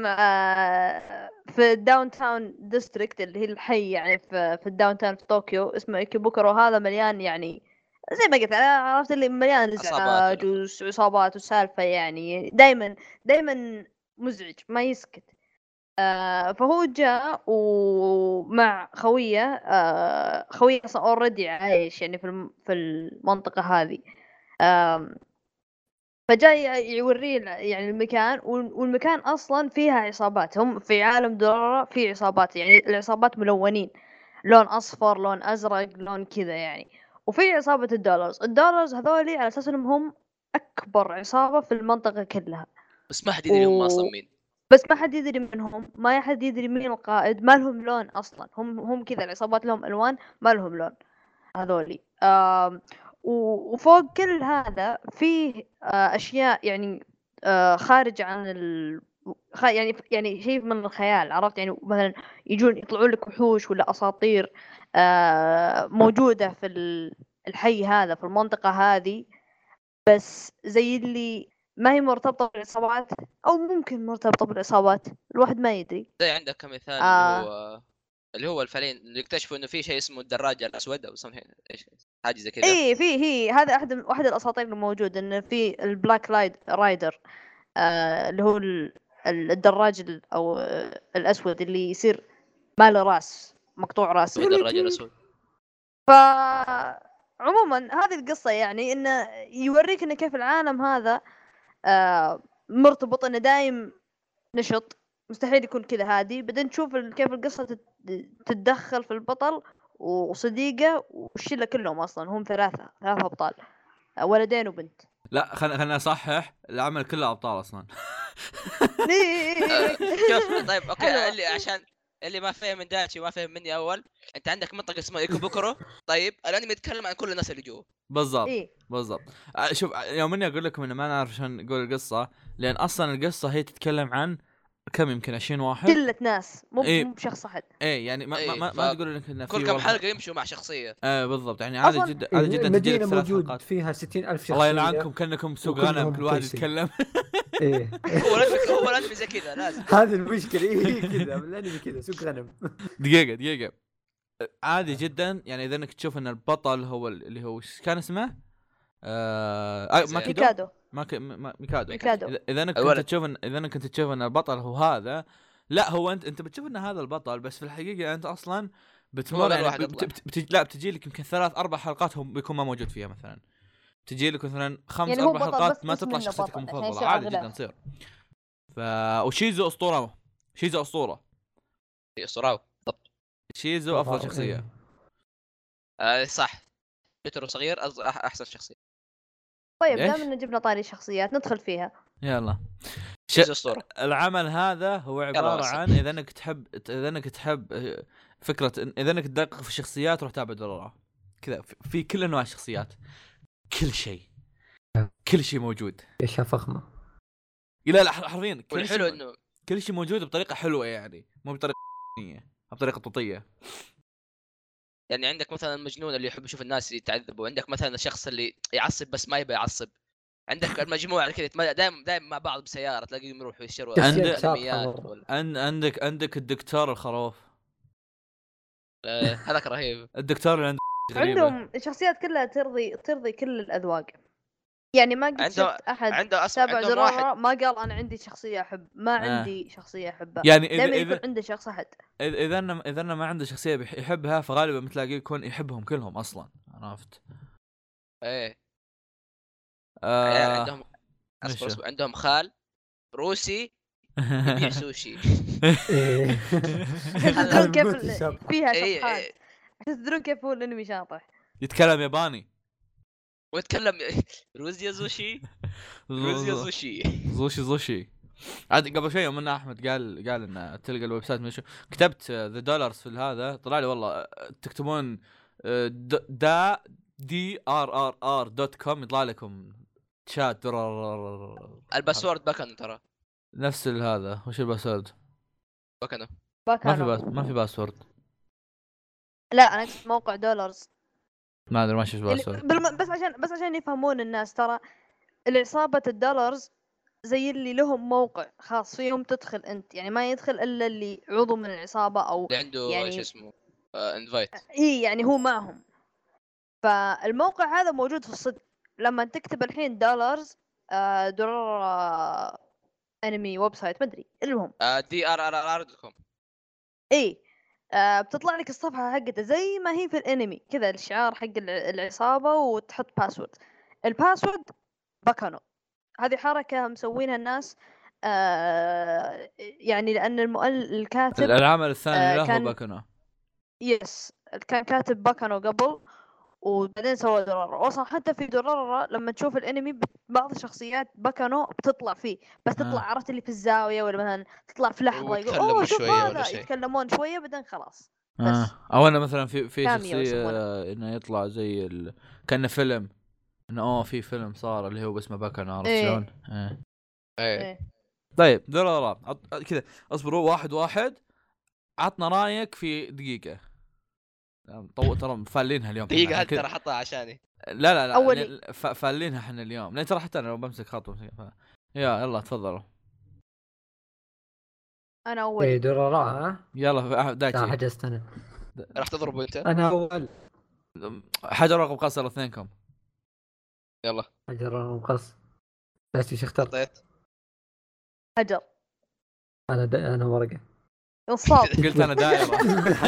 في الداون تاون ديستريكت اللي هي الحي يعني في الداون تاون في طوكيو اسمه إيكوبوكورو. هذا مليان يعني زي ما قلت انا عرفت اللي مليان ازعاج وعصابات وسالفه يعني دائما مزعج ما يسكت. فهو جاء ومع خويه اصلا اوريدي عايش يعني في المنطقه هذه. فجاي يوريه يعني المكان، والمكان اصلا فيها عصابات. هم في عالم دولارا في عصابات، يعني العصابات ملونين لون اصفر لون ازرق لون كذا يعني. وفي عصابة الدولارز هذولي على اساس انهم هم اكبر عصابة في المنطقة كلها، بس ما حد يدري هم اصلا مين. بس ما حد يدري منهم، ما حد يدري مين القائد، ما لهم لون اصلا. هم كذا العصابات لهم الوان ما لهم لون هذولي. وفوق كل هذا فيه اشياء يعني خارج عن يعني شيء من الخيال، عرفت يعني مثلا يجون يطلعون لك وحوش ولا اساطير موجودة في الحي هذا في المنطقة هذه، بس زي اللي ما هي مرتبطة بالعصابات او ممكن مرتبطة بالعصابات، الواحد ما يدري. زي عندك كمثال اللي هو الفعلين اللي اكتشفوا انه في شيء اسمه الدراجة الاسود او ايش حاجة زي كذا. ايه في هذا احد الاساطير الموجود انه في البلاك رايدر اللي هو الدراج او الاسود اللي يصير ما له راس، مقطوع راسه الدراجة الاسود. عموما هذه القصة يعني انه يوريك انه كيف العالم هذا مرتبط، انه دايم نشط مستحيل يكون كذا هادي. بعدين تشوف كيف القصة تتدخل في البطل وصديقه والشلة كلهم اصلا هم ثلاثة ابطال، ولدين وبنت. لا خلنا اصحح العمل كله ابطال اصلا. شوف طيب اوكي اللي عشان اللي ما فهم من دايتشي وما فهم مني اول، انت عندك منطقه اسمها إيكوبوكورو. طيب الانمي يتكلم عن كل الناس اللي جوا بالضبط. بالضبط. شوف يوم اني اقول لكم انه ما نعرف عشان نقول القصه، لان اصلا القصه هي تتكلم عن كم يمكن 20 واحد كلة ناس مو بشخص واحد. يعني ما تقول انك انه كل كم حلقه يمشوا مع شخصيه. بالضبط يعني عادي جدا تجي لك 3 حلقات فيها 60,000 شخصيه. الله يلعنكم كانكم سوق غنم كل واحد يتكلم. هو الانمي زي كذا لازم. هذه المشكله كذا الانمي كذا سوق غنم. دقيقه عادي جدا يعني اذا انك تشوف ان البطل هو اللي هو كان اسمه ميكادو. ميكادو. اذا انك كنت تشوف ان البطل هو هذا، لا هو انت بتشوف ان هذا البطل، بس في الحقيقه انت اصلا بتمر يعني بتجي لك يمكن 3-4 حلقات هم بيكون ما موجود فيها، مثلا تجي لك مثلا 5-4 يعني حلقات ما تطلع شخصيتك المفضله، عادي جدا تصير. وشيزو اسطوره، شيزو اسطوره، اسطوره بالضبط. شيزو افضل شخصيه. صح، بيترو صغير احسن شخصيه. طيب دام ان جبنا طاري الشخصيات ندخل فيها. يلا. العمل هذا هو عباره عن اذا انك تحب فكره اذا انك تدقق في الشخصيات روح تابع دورارا كذا، في كل انواع الشخصيات، كل شيء موجود. ايش فخمه. لا حرفيا الحلو انه كل شيء موجود بطريقه حلوه، يعني مو بطريقه بطريقه طوطيه. يعني عندك مثلا المجنون اللي يحب يشوف الناس يتعذبوا، وعندك مثلا الشخص اللي يعصب بس ما يبي يعصب، عندك المجموعه كذا دائما مع بعض بسياره تلاقيهم يروحوا يشتروا انميات. عندك الدكتور الخروف، هذاك رهيب. الدكتور اللي عندهم الشخصيات كلها ترضي كل الاذواق، يعني ما قد شفت احد تابع دورارا ما قال انا عندي شخصيه احب، ما عندي شخصيه احبها، يعني دائما يكون عنده شخص احد. اذا انا ما عنده شخصيه يحبها، فغالبا بتلاقيه يكون يحبهم كلهم اصلا، عرفت؟ ايه عندهم عندهم خال روسي يبيع سوشي. تدرون كيف فيها شطحات، تدرون كيف هو الانمي شاطح، يتكلم ياباني ويتكلم روسيا زوشي روسيا زوشي. عاد قبل شوي يوم ان احمد قال ان تلقى الويب سايت مشو، كتبت ذا دولارز في هذا طلع لي والله تكتبون دا DRRR.com يطلع لكم شات الباسورد باكنو، ترى نفس هذا. وش الباسورد؟ باكنو ما في باسورد. لا انا اقصد موقع دولارز، ما ادري ما شفت باسورد. بس عشان يفهمون الناس، ترى العصابة الدولارز زي اللي لهم موقع خاص فيهم تدخل انت، يعني ما يدخل الا اللي عضو من العصابة او اللي عنده يعني ايش اسمه انفايت، يعني هو معهم. فالموقع هذا موجود في الصدق، لما تكتب الحين دولارز دولار انمي ويب سايت ما ادري المهم DRRR.com بتطلع لك الصفحة حقته زي ما هي في الانمي كذا، الشعار حق العصابة وتحط باسورد. الباسورد باكانو، هذه حركة مسوينها الناس يعني لأن الكاتب العمل الثاني له باكانو. يس كان كاتب باكانو قبل وبعدين سوى دورارا. اصلا حتى في دورارا لما تشوف الانمي بعض الشخصيات باكانو بتطلع فيه، بس تطلع عرفت اللي في الزاويه، ولا مثلا تطلع في لحظه يقول اوه شوف هذا، يتكلمون شويه بعدين خلاص بس. او انا مثلا في شخصيه انه يطلع زي كان فيلم، انه في فيلم صار اللي هو باسمه باكانو، عرفت شلون؟ ايه طيب دورارا كذا اصبروا واحد عطنا رايك في دقيقه. ترى فالينها اليوم دقيقة، هل ترى حطها عشاني؟ لا فالينها احنا اليوم، لان ترى حتى انا لو بمسك خط يلا تفضلوا. انا اول دورارا يلا دايتشي حجزت انا. راح تضربوا انت؟ انا اول. حجر رقم قصر اثنينكم. يلا حجر رقم قص. دايتشي شو اخترت؟ حجر. انا ورقه. انصاف. قلت انا دائره.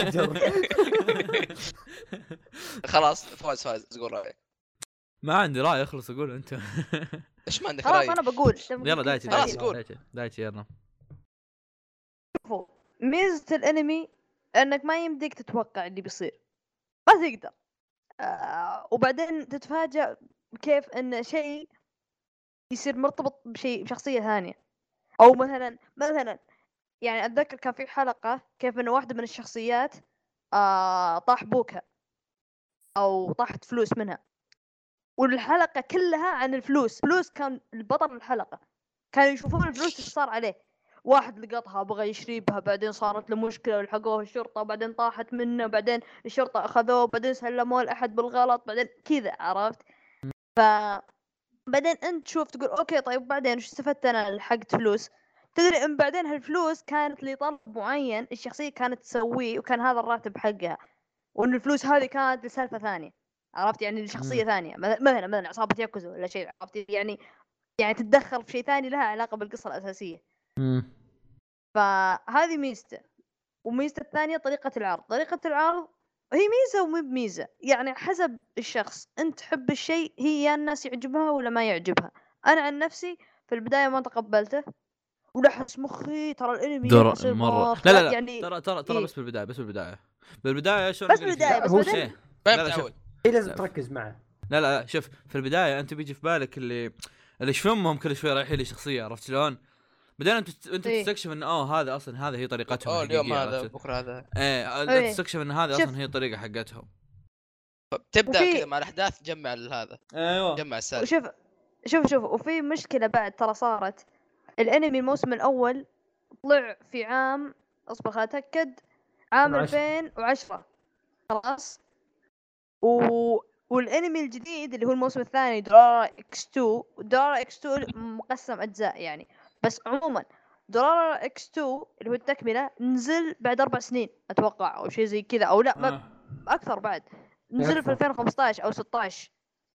خلاص فواز قول رايك. ما عندي راي، اخلص اقول انت. ايش ما عندك راي؟ خلاص انا بقول يلا دايتشي خلاص قول. دايتشي يلا. شوفوا ميزة الانمي انك ما يمديك تتوقع اللي بيصير، ما تقدر وبعدين تتفاجأ كيف ان شيء يصير مرتبط بشخصية ثانية. او مثلا يعني اتذكر كان في حلقة كيف ان واحدة من الشخصيات طاح بوكها او طاحت فلوس منها، والحلقة كلها عن الفلوس كان البطل الحلقة كانوا يشوفون الفلوس ايش صار عليه. واحد لقطها بغى يشري بها، بعدين صارت له مشكلة ولحقوه الشرطة، بعدين طاحت منه، بعدين الشرطة أخذوه، بعدين سلموه لأحد بالغلط، بعدين كذا عرفت. بعدين أنت تشوف تقول أوكي طيب بعدين وش استفدت أنا لحقت فلوس؟ تدري إن بعدين هالفلوس كانت لطلب معين الشخصية كانت تسويه، وكان هذا الراتب حقها، وإن الفلوس هذه كانت لسالفة ثانية، عرفت يعني لشخصية ثانية، مثلا عصابة ياكوزا ولا شيء، عرفت يعني يعني تتدخل في شيء ثاني لها علاقة بالقصة الأساسية. فهذه ميزته. وميزته الثانية طريقة العرض. طريقة العرض هي ميزة ومو بميزة، يعني حسب الشخص. أنت تحب الشيء هي يا الناس يعجبها ولا ما يعجبها. أنا عن نفسي في البداية ما تقبلته، ولحس مخي ترى الانمي يحصل مرة لا يعني ترى إيه؟ بس بالبداية شلون بس بالبداية بس بعدين إيه؟ فهمت لا تعود. هي لازم تركز معه. لا شوف في البداية أنت بيجي في بالك اللي شفمهم كل شوي رايحين لشخصية، عرفت شلون؟ بعدين انت إيه؟ تستكشف ان هذا اصلا هذه هي طريقتهم الحقيقيه. اليوم هذا بكره هذا. ايه تستكشف ان هذه شوف. اصلا هي الطريقه حقتهم. تبدا وفي- كذا مع الاحداث تجمع هذا، ايوه تجمع السالفه. شوف وفي مشكلة بعد ترى صارت. الانمي الموسم الاول طلع في عام، اصبر خليني اتاكد، عام 2010 خلاص. والانمي الجديد اللي هو الموسم الثاني دورارا اكس 2. دورارا اكس 2 مقسم اجزاء يعني، بس عموما دورارا اكس 2 اللي هو التكمله نزل بعد 4 سنين اتوقع او شيء زي كذا، او لا ما اكثر بعد. نزل في 2015 او 16.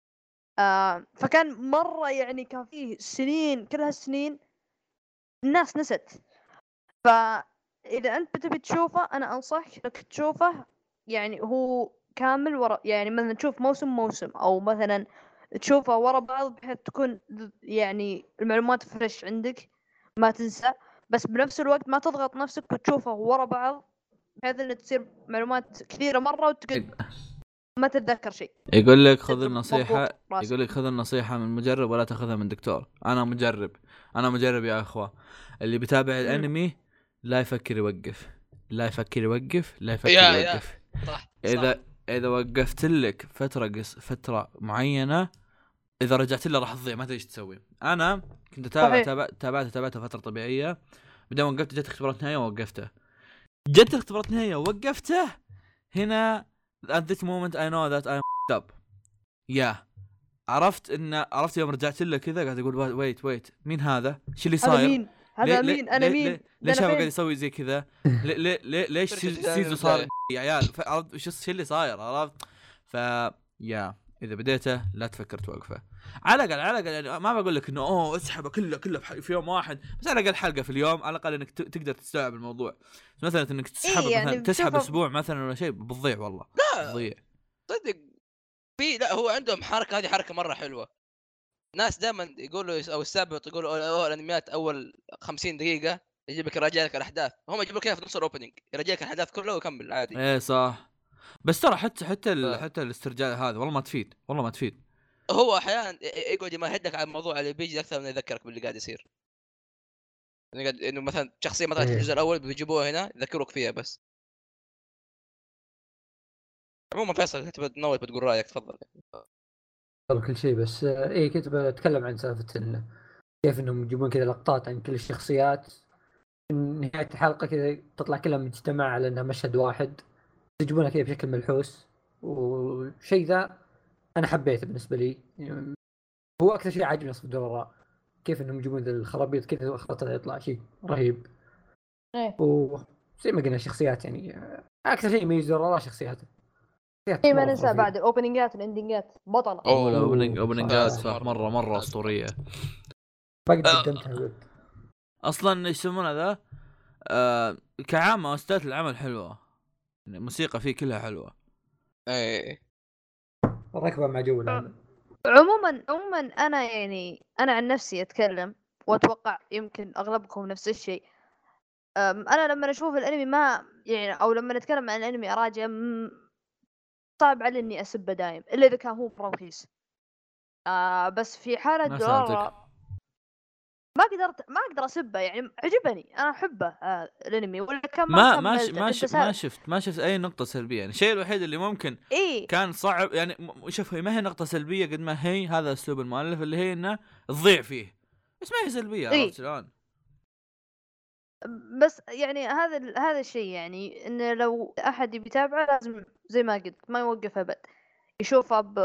فكان مرة يعني كان فيه سنين، كل هالسنين الناس نست. فإذا أنت تبي تشوفه أنا أنصحك إنك تشوفه، يعني هو كامل ورا، يعني مثلا تشوف موسم أو مثلا تشوفه ورا بعض بحيث تكون يعني المعلومات فريش عندك ما تنسى، بس بنفس الوقت ما تضغط نفسك وتشوفه ورا بعض بحيث إن تصير معلومات كثيرة مرة وتقعد ما تتذكر شيء. يقول لك خذ النصيحة من مجرب ولا تاخذها من دكتور. انا مجرب يا اخوة. اللي بيتابع الانمي لا يفكر يوقف، لا يفكر يوقف، لا يفكر يوقف. صح. اذا وقفت لك فترة معينة، اذا رجعت له راح تضيع، ما تدري ايش تسوي. انا كنت تابعت فترة طبيعية، بعدين وقفت، جت اختبارات نهاية ووقفته. جت اختبارات نهاية ووقفته. هنا at this moment I know that I'm up. عرفت يوم رجعت له كذا قاعد اقول ويت مين هذا؟ ايش اللي صاير؟ هذا مين؟ انا مين؟ ليش هو قاعد يسوي زي كذا؟ ليش سيزو صار يا عيال؟ عرفت ايش اللي صاير؟ عرفت؟ اذا بديته لا تفكر توقفه. على الاقل يعني ما بقول لك انه اسحبه كله في يوم واحد، بس على الاقل حلقه في اليوم، على الاقل انك تقدر تستوعب الموضوع. مثلا انك تسحب يعني مثلا تسحب اسبوع مثلا ولا شيء بتضيع والله. بتضيع صدق. لا هو عندهم حركه، هذه حركه مره حلوه. ناس دائما يقولوا او السابق يقولوا الانميات اول 50 دقيقه يجيبك يراجع لك الاحداث، هم يجيبوا لك في نص الاوبننج يراجع لك الاحداث كلها ويكمل عادي. ايه صح. بس ترى حتى الاسترجاع هذا والله ما تفيد. هو احيانا يقعد يمهدك على الموضوع اللي بيجي اكثر من يذكرك باللي قاعد يصير. انه مثلا شخصيه ما طلعت في الجزء الاول بيجيبوها هنا يذكروك فيها بس. عموما فيصل انت ناوي بتقول رايك، تفضل. كل شيء بس كنت بتكلم عن سالفه كيف انهم يجيبون كذا لقطات عن كل الشخصيات، نهاية الحلقة كذا تطلع كلها مجتمع على انها مشهد واحد، يجيبونها كذا بشكل ملحوس. وشيء ذا انا حبيته بالنسبة لي، يعني هو اكثر شيء عاجبني في دورارا، كيف انهم يجيبون الخرابيط كذا وخططها يطلع شيء رهيب. وزي ما قلنا الشخصيات يعني اكثر شيء يميز دورارا شخصياته. ما ننسى بعد الاوبننجات والاندنجات بطلة. اوبننجات مرة اسطورية. باقي قدمتها اصلا ايش يسمونه ذا كعامة استاذ العمل حلوة، الموسيقى فيه كلها حلوة. ايه ركبة مع جو العمل. عموما انا عن نفسي اتكلم واتوقع يمكن اغلبكم نفس الشيء. انا لما اشوف الانمي ما يعني، او لما نتكلم عن الانمي اراجع صعب علي اني اسبه دايم الا اذا كان هو رخيص. بس في حالة دورارا ما اقدر اسبه، يعني عجبني، انا احبه الانمي، ولا كان ما شفت اي نقطه سلبيه. يعني الشيء الوحيد اللي ممكن كان صعب يعني شوف، هي ما هي نقطه سلبيه قد ما هي هذا اسلوب المؤلف اللي هي انه تضيع فيه، بس ما هي سلبيه. عرفت الان؟ بس يعني هذا الشيء، يعني انه لو احد بيتابعه لازم زي ما قلت ما يوقف ابد، يشوفه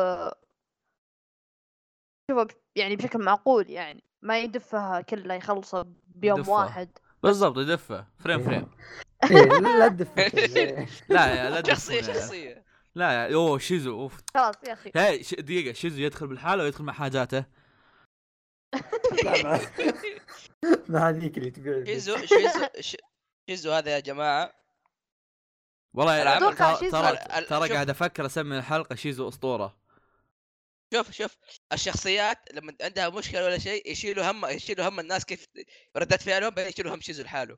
يعني بشكل معقول، يعني ما يدفها كله يخلصه بيوم واحد. بالضبط يدفه فريم لا تدفه لا شخصيه لا شيزو خلاص يا اخي. دقيقه، شيزو يدخل بالحاله ويدخل مع حاجاته. ما هذيك اللي تبيع شيزو هذا يا جماعه والله العمل ترى قاعد افكر اسمي الحلقه شيزو اسطوره. شوف الشخصيات لما عندها مشكله ولا شيء يشيلوا هم الناس كيف ردت فعلهم، بعدين يشيلوا هم شيزو لحاله.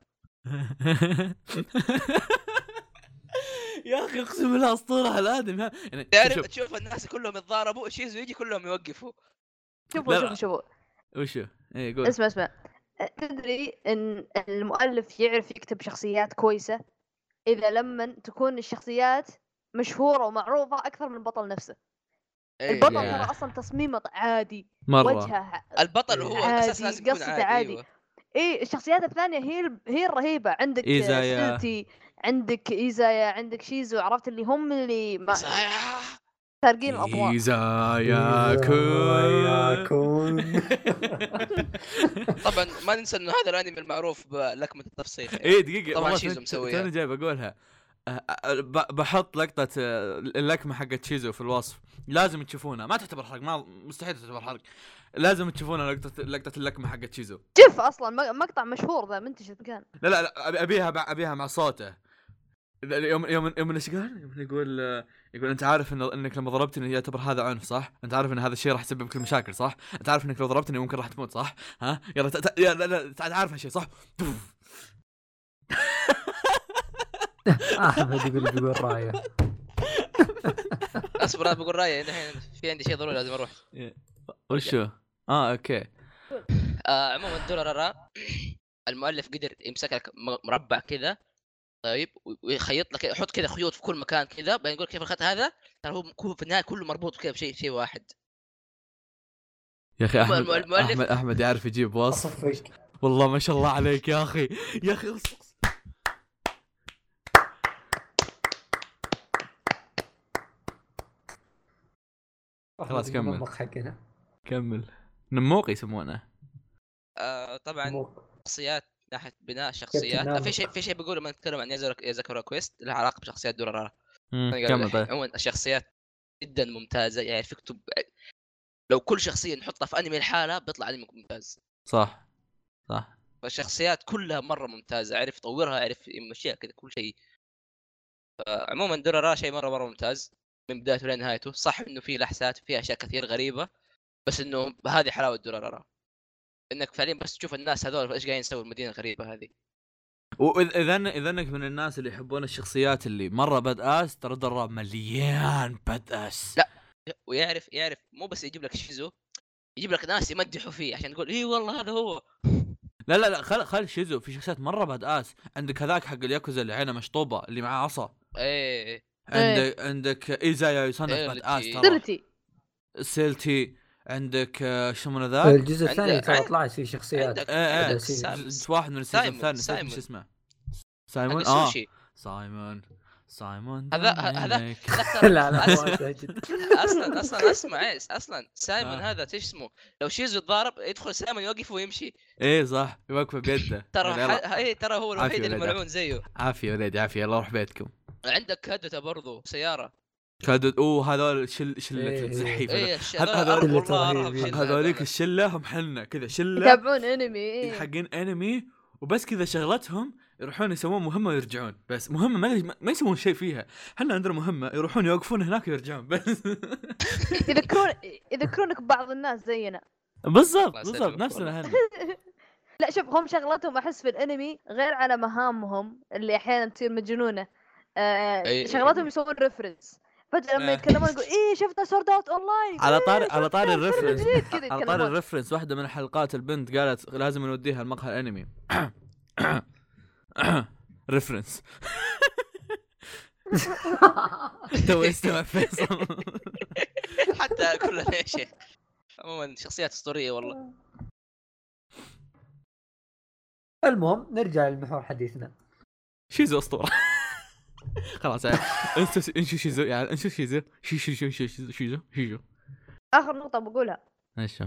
يا اخي اقسم بالله اسطوره الادم يعني تعرف تشوف الناس كلهم يتضاربوا شيزو يجي كلهم يوقفوا. شوفوا وشو ايه قول. اسمع تدري ان المؤلف يعرف يكتب شخصيات كويسه اذا لما تكون الشخصيات مشهوره ومعروفه اكثر من البطل نفسه. البطل ترى اصلا تصميمه عادي مرة. وجهه البطل هو اساسا لازم يكون عادي. ايه الشخصيات الثانيه هي الرهيبه. عندك سيلتي، عندك ايزايا، عندك شيزو، عرفت اللي هم اللي سارقين الاضواء. إيزايا كون طبعا ما ننسى انه هذا الانمي المعروف بلكمه التفسيخ يعني. ايه دقيقه طبعا شيزو مسويها. انا جاي بقولها بحط لقطه اللكمه حقت شيزو في الوصف، لازم تشوفونها. ما تعتبر حرق، ما مستحيل تعتبر حرق، لازم تشوفونها لقطه اللكمه حقت شيزو. شوف اصلا مقطع مشهور ذا منتشر مكان. لا ابيها مع صوته. يوم ايش قال؟ يقول انت عارف انك لما ضربتني يعتبر هذا عنف صح؟ انت عارف ان هذا الشيء راح يسبب لك مشاكل صح؟ انت عارف انك لو ضربتني ممكن راح تموت صح؟ ها يلا لا عارف هالشيء صح؟ احمد بيقول رايه. اصبر انا بقول رايي الحين، في عندي شيء ضروري لازم اروح. وشو اوكي. عموما دورارارا المؤلف قدر يمسك لك مربع كذا طيب ويخيط لك، يحط كذا خيوط في كل مكان كذا، بعدين يقول كيف الخط هذا ترى هو في النهايه كله مربوط كذا بشيء واحد. يا اخي احمد يعرف يجيب وصف والله ما شاء الله عليك يا اخي. يا اخي خلاص كمل نموق يسمونه. طبعا شخصيات ناحيه بناء الشخصيات في شيء بيقول لما نتكلم عن يازاكورا كويست له علاقه بشخصيات دورارارا. عموما الشخصيات جدا ممتازه، يعني يكتب لو كل شخصيه نحطها في انمي الحاله بيطلع انمي ممتاز. صح فالشخصيات كلها مره ممتازه، عرف يطورها، عرف يمشيها كذا كل شيء. عموما دورارارا شيء مره ممتاز من بدايته لنهايته. صح انه فيه لحسات وفيه اشياء كثير غريبه، بس انه هذه حلاوه دورارارا، انك فعليا بس تشوف الناس هذول ايش قاعدين يسووا المدينه الغريبه هذه. واذا انك من الناس اللي يحبون الشخصيات اللي مره بداس، ترى دورارارا مليان بداس. لا ويعرف مو بس يجيب لك شيزو، يجيب لك ناس يمدحوا فيه عشان تقول ايه والله هذا هو. لا خل شيزو في شخصيات مره بداس. عندك هذاك حق الياكوزا اللي عينه مشطوبه اللي معاه عصا. ايه عندك ايزايا يصنف بداس ترى. سيلتي عندك شو من ذاك الجزء الثاني ترى طلعت فيه شخصيات. واحد من السيزون الثاني نسيت اسمه. سايمون هذا لا اصلا اسمع اصلا سايمون هذا ايش اسمه؟ لو شيزو ضارب يدخل سايمون يوقف ويمشي. ايه صح يوقف بيده. ترى هو الوحيد اللي ملعون زيه. عافيه وليدي عافيه، يلا روح بيتكم. عندك كادوتا برضو سياره هذول شله زحيفه. هذوليك الشله هم حلنا كذا شله يتابعون انمي حقين انمي وبس كذا شغلتهم يروحون يسوون مهمه ويرجعون. بس مهمه ما يسوون شيء فيها. احنا عندنا مهمه يروحون يوقفون هناك ويرجعون بس. يذكرونك بعض الناس زينا بالضبط نفسنا هنا. لا شوف هم شغلتهم احس في الانمي غير على مهامهم اللي احيانا تصير مجنونه. شغلاتهم يسوون ريفرنس فجأة لما يتكلمون يقول ايه شفنا سورد اوت اونلاين. على طاري الريفرنس واحدة من الحلقات البنت قالت لازم نوديها المقهى الانمي. ريفرنس تو استمع فيصل. حتى كلنا يا شيخ. عموما شخصيات اسطورية والله. المهم نرجع لمحور حديثنا. شيزو اسطورة. خلاص انشو شيزو يعني انشو شيزو. اخر نقطة بقولها ايش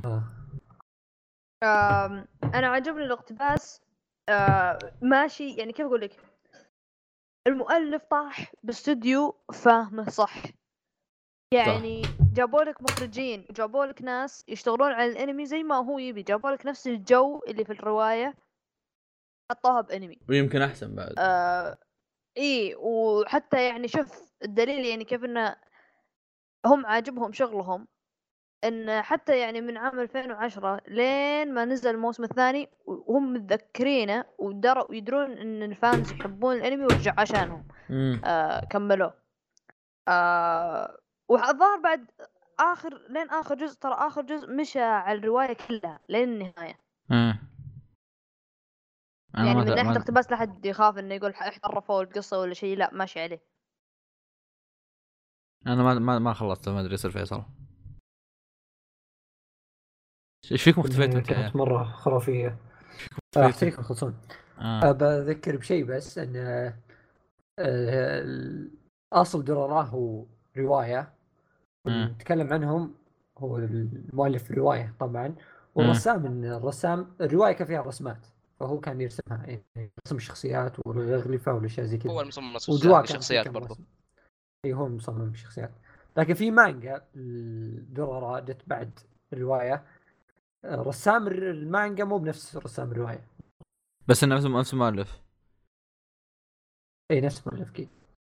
انا عجبني الاقتباس. ماشي يعني كيف اقول لك، المؤلف طاح باستوديو فاهمه صح. يعني جابوا لك مخرجين وجابوا لك ناس يشتغلون على الانمي زي ما هو يبي، جابوا لك نفس الجو اللي في الروايه حطوها بانمي. ويمكن احسن بعد. ايه، وحتى يعني شوف الدليل يعني كيف انه هم عاجبهم شغلهم، ان حتى يعني من عام 2010 لين ما نزل الموسم الثاني وهم متذكرينه ويدرون ان الفانز يحبون الانمي ورجعوا عشانهم كملوه. والظاهر بعد لين اخر جزء، ترى اخر جزء مشى على الروايه كلها لين النهايه. يعني من ناحيه اقتباس لا حد يخاف انه يقول احترفوا القصه ولا شيء، لا ماشي عليه. انا ما خلصت، ما ادري يصير فيصل ايش فيكم اختفيتوا انت؟ كانت مره خرافيه. احتريكم خلصون. بذكر بشيء بس ان اصل دوراراه هو روايه، نتكلم عنهم هو المؤلف الروايه طبعا، والرسام الرسام الروايه كان فيها رسمات، فهو كان يرسمها، يعني يرسم الشخصيات والغلفه والاشياء زي كذا. هو المصمم الشخصيات برضه. اي هو مصمم الشخصيات. لكن في مانجا دوراراه جت بعد الروايه، رسام المانجا مو بنفس رسام الروايه، بس انه نفس المؤلف. اي نفس المؤلف كي.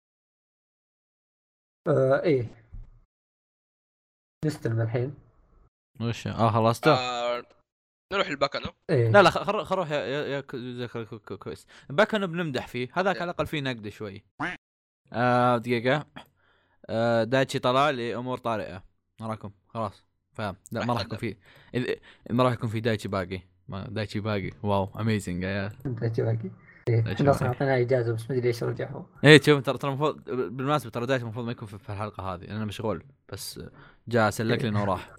ايه نستلم الحين. وش خلصته؟ نروح الباكانو. إيه؟ لا خروح يا كويس. باكانو بنمدح فيه، هذاك على الاقل فيه نقد شوي. دقيقه. دايتشي طلع لي امور طارئه، ما رايكم؟ خلاص فاهم. لا ما راح يكون فيه، ما راح يكون في دايتشي باقي. دايتشي باقي واو اميزنج يا عيال. دايتشي باقي احنا اصلا اعطينا اجازه بس ما ادري ليش رجعوا. ايه شوف ترى المفروض بالمناسبه ترى دايتشي المفروض ما يكون في الحلقه هذه، انا مشغول بس جاء سلك لي انه راح.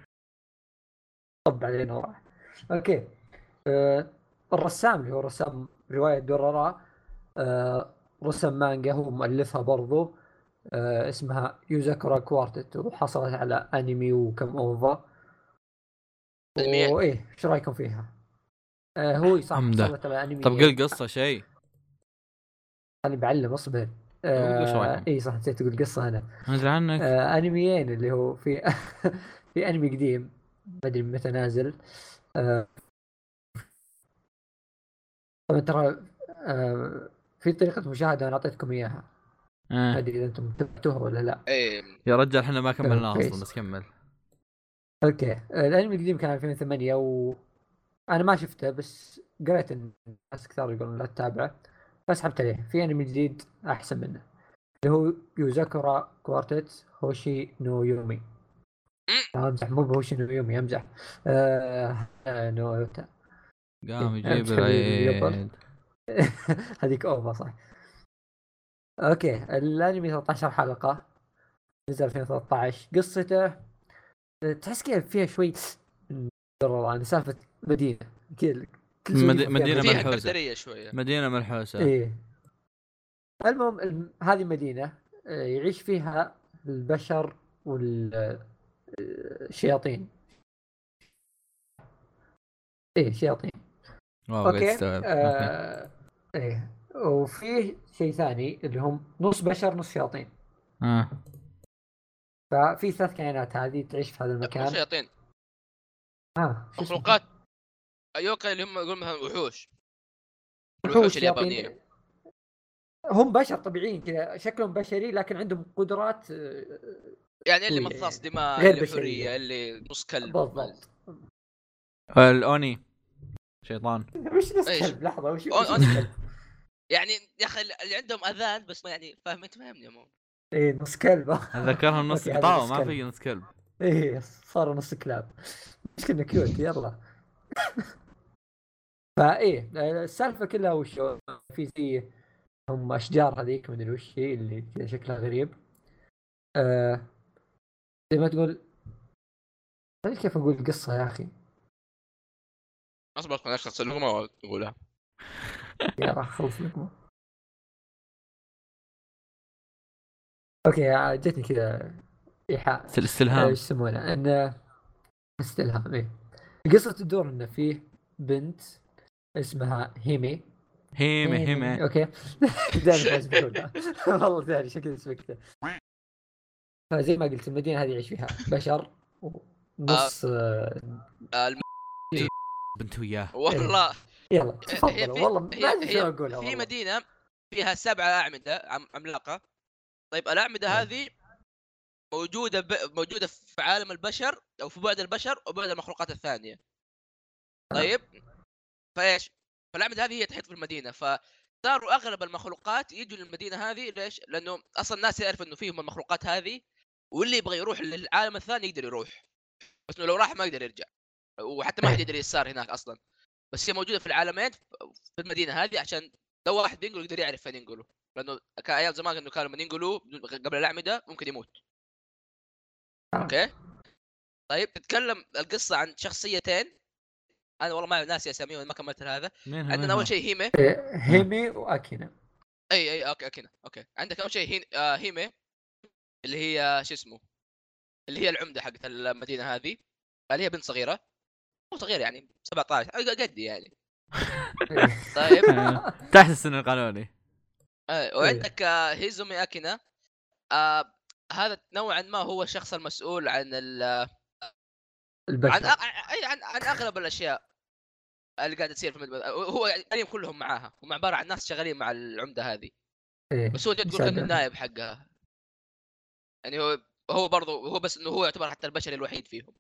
طب علينا وراح. اوكي. الرسام اللي هو رسام روايه دوراراه، رسم مانجا هو مؤلفها برضو، اسمها يوزاكورا كوارتت، وحصلت على انمي وكم اوفا. وايه ايش رايكم فيها؟ هو صح حصلت على انمي. طب قل قصه شيء. انا بعلم اصبر. اي صح نسيت اقول قصه انا. ادري عنك. انميين اللي هو في في انمي قديم ما ادري متى نازل. طبعا ترى في طريقه مشاهده انا اعطيتكم اياها، ما ادري اذا انتم تبتوها ولا لا. يا رجال احنا ما كملناه اصلا، بس كمل. اوكي. الانمي القديم كان 2008 وانا ما شفته، بس قريت ان ناس كثار يقولون لا تتابعه، فاسحبت عليه. في انمي جديد احسن منه اللي هو يوزاكورا كوارتت هوشي نو يومي. امزح، مو بهوشي نو يومي، امزح. نو يوتا قام يجيب العيد. هذيك اوفا صح. اوكي. الانمي 13 حلقه، نزل 2013. قصته تحس كذا فيها شوي عن سالفه مدينه كذا، مدينه ملحوسه شويه. مدينه ملحوسه. ايه. المهم هذه مدينه يعيش فيها البشر والشياطين. ايه شياطين. اوكي. ايه. وفي شيء ثاني اللي هم نص بشر نص شياطين. ففي 3 كائنات هذه تعيش في هذا المكان. شياطين مخلوقات ايوكا اللي هم يقولون مثلا وحوش اليابانيه. هم بشر طبيعيين كذا، شكلهم بشري لكن عندهم قدرات يعني اللي مصاص دماء، غير اللي بشرية، حريه، اللي نص كلب. بالضبط. الاوني شيطان. مش نص كلب؟ لحظه وش يعني يا اخي اللي عندهم اذان بس ما يعني فاهمني مو ايه نص كلب. اتذكرها نص قطاوه، ما في نص كلب. ايه صار نص كلاب، مش كنا كيوت يلا. فايه السالفه كلها وش في زي هم اشجار هذيك ما ادري وش هي اللي كذا شكلها غريب. زي ما تقول كيف اقول القصه يا اخي. اصبر خليني اخلص اللقمه واقولها. يا راح اخلص لكم. اوكي جتني كذا ايحاء استلهام. ايش يسمونه ان استلهام. ايه قصه تدور انه فيه بنت اسمها هيمي. اوكي. دائما فاز بقولها والله ثاني شكل اسمكته. فزي ما قلت المدينه هذه يعيش فيها بشر ونص بنت وياه. والله يلا هي تفضلوا والله ما ادري شو هي اقولها في والله. مدينه فيها 7 اعمده عملاقه. طيب الاعمده هذه موجوده في عالم البشر او في بعد البشر وبعد المخلوقات الثانيه. طيب فايش؟ فالاعمده هذه هي تحيط في المدينه، فصاروا اغلب المخلوقات يجوا للمدينه هذه. ليش؟ لانه اصلا الناس يعرف انه فيهم المخلوقات هذه، واللي يبغى يروح للعالم الثاني يقدر يروح، بس انه لو راح ما يقدر يرجع، وحتى ما حد يقدر يسار هناك اصلا. بس هي موجوده في العالمين في المدينه هذه، عشان لو واحد بينقل يقدر يعرف فين ينقله، لانه كان ايام زمان انه كانوا من ينقلوا قبل الاعمده ممكن يموت. اوكي طيب تتكلم القصه عن شخصيتين، انا والله ما ناسي اساميهم ما كملت هذا. عندنا اول شيء هيمي. هيمي واكينا. اي اوكي اكينا اوكي. عندك اول شيء هيمي اللي هي شو اسمه، اللي هي العمده حقت المدينه هذه، اللي هي بنت صغيره، مو صغيره يعني 17 قدي يعني. طيب تحت السن القانوني. وعندك هيزومي اكينا. هذا نوعا ما هو الشخص المسؤول عن البشر. عن اغلب الاشياء اللي قاعده تصير في هو يعني كلهم معاها، هم عباره عن ناس شغالين مع العمده هذه. بس هو تقول كانه النائب حقها يعني. هو برضه هو بس انه هو يعتبر حتى البشري الوحيد فيهم.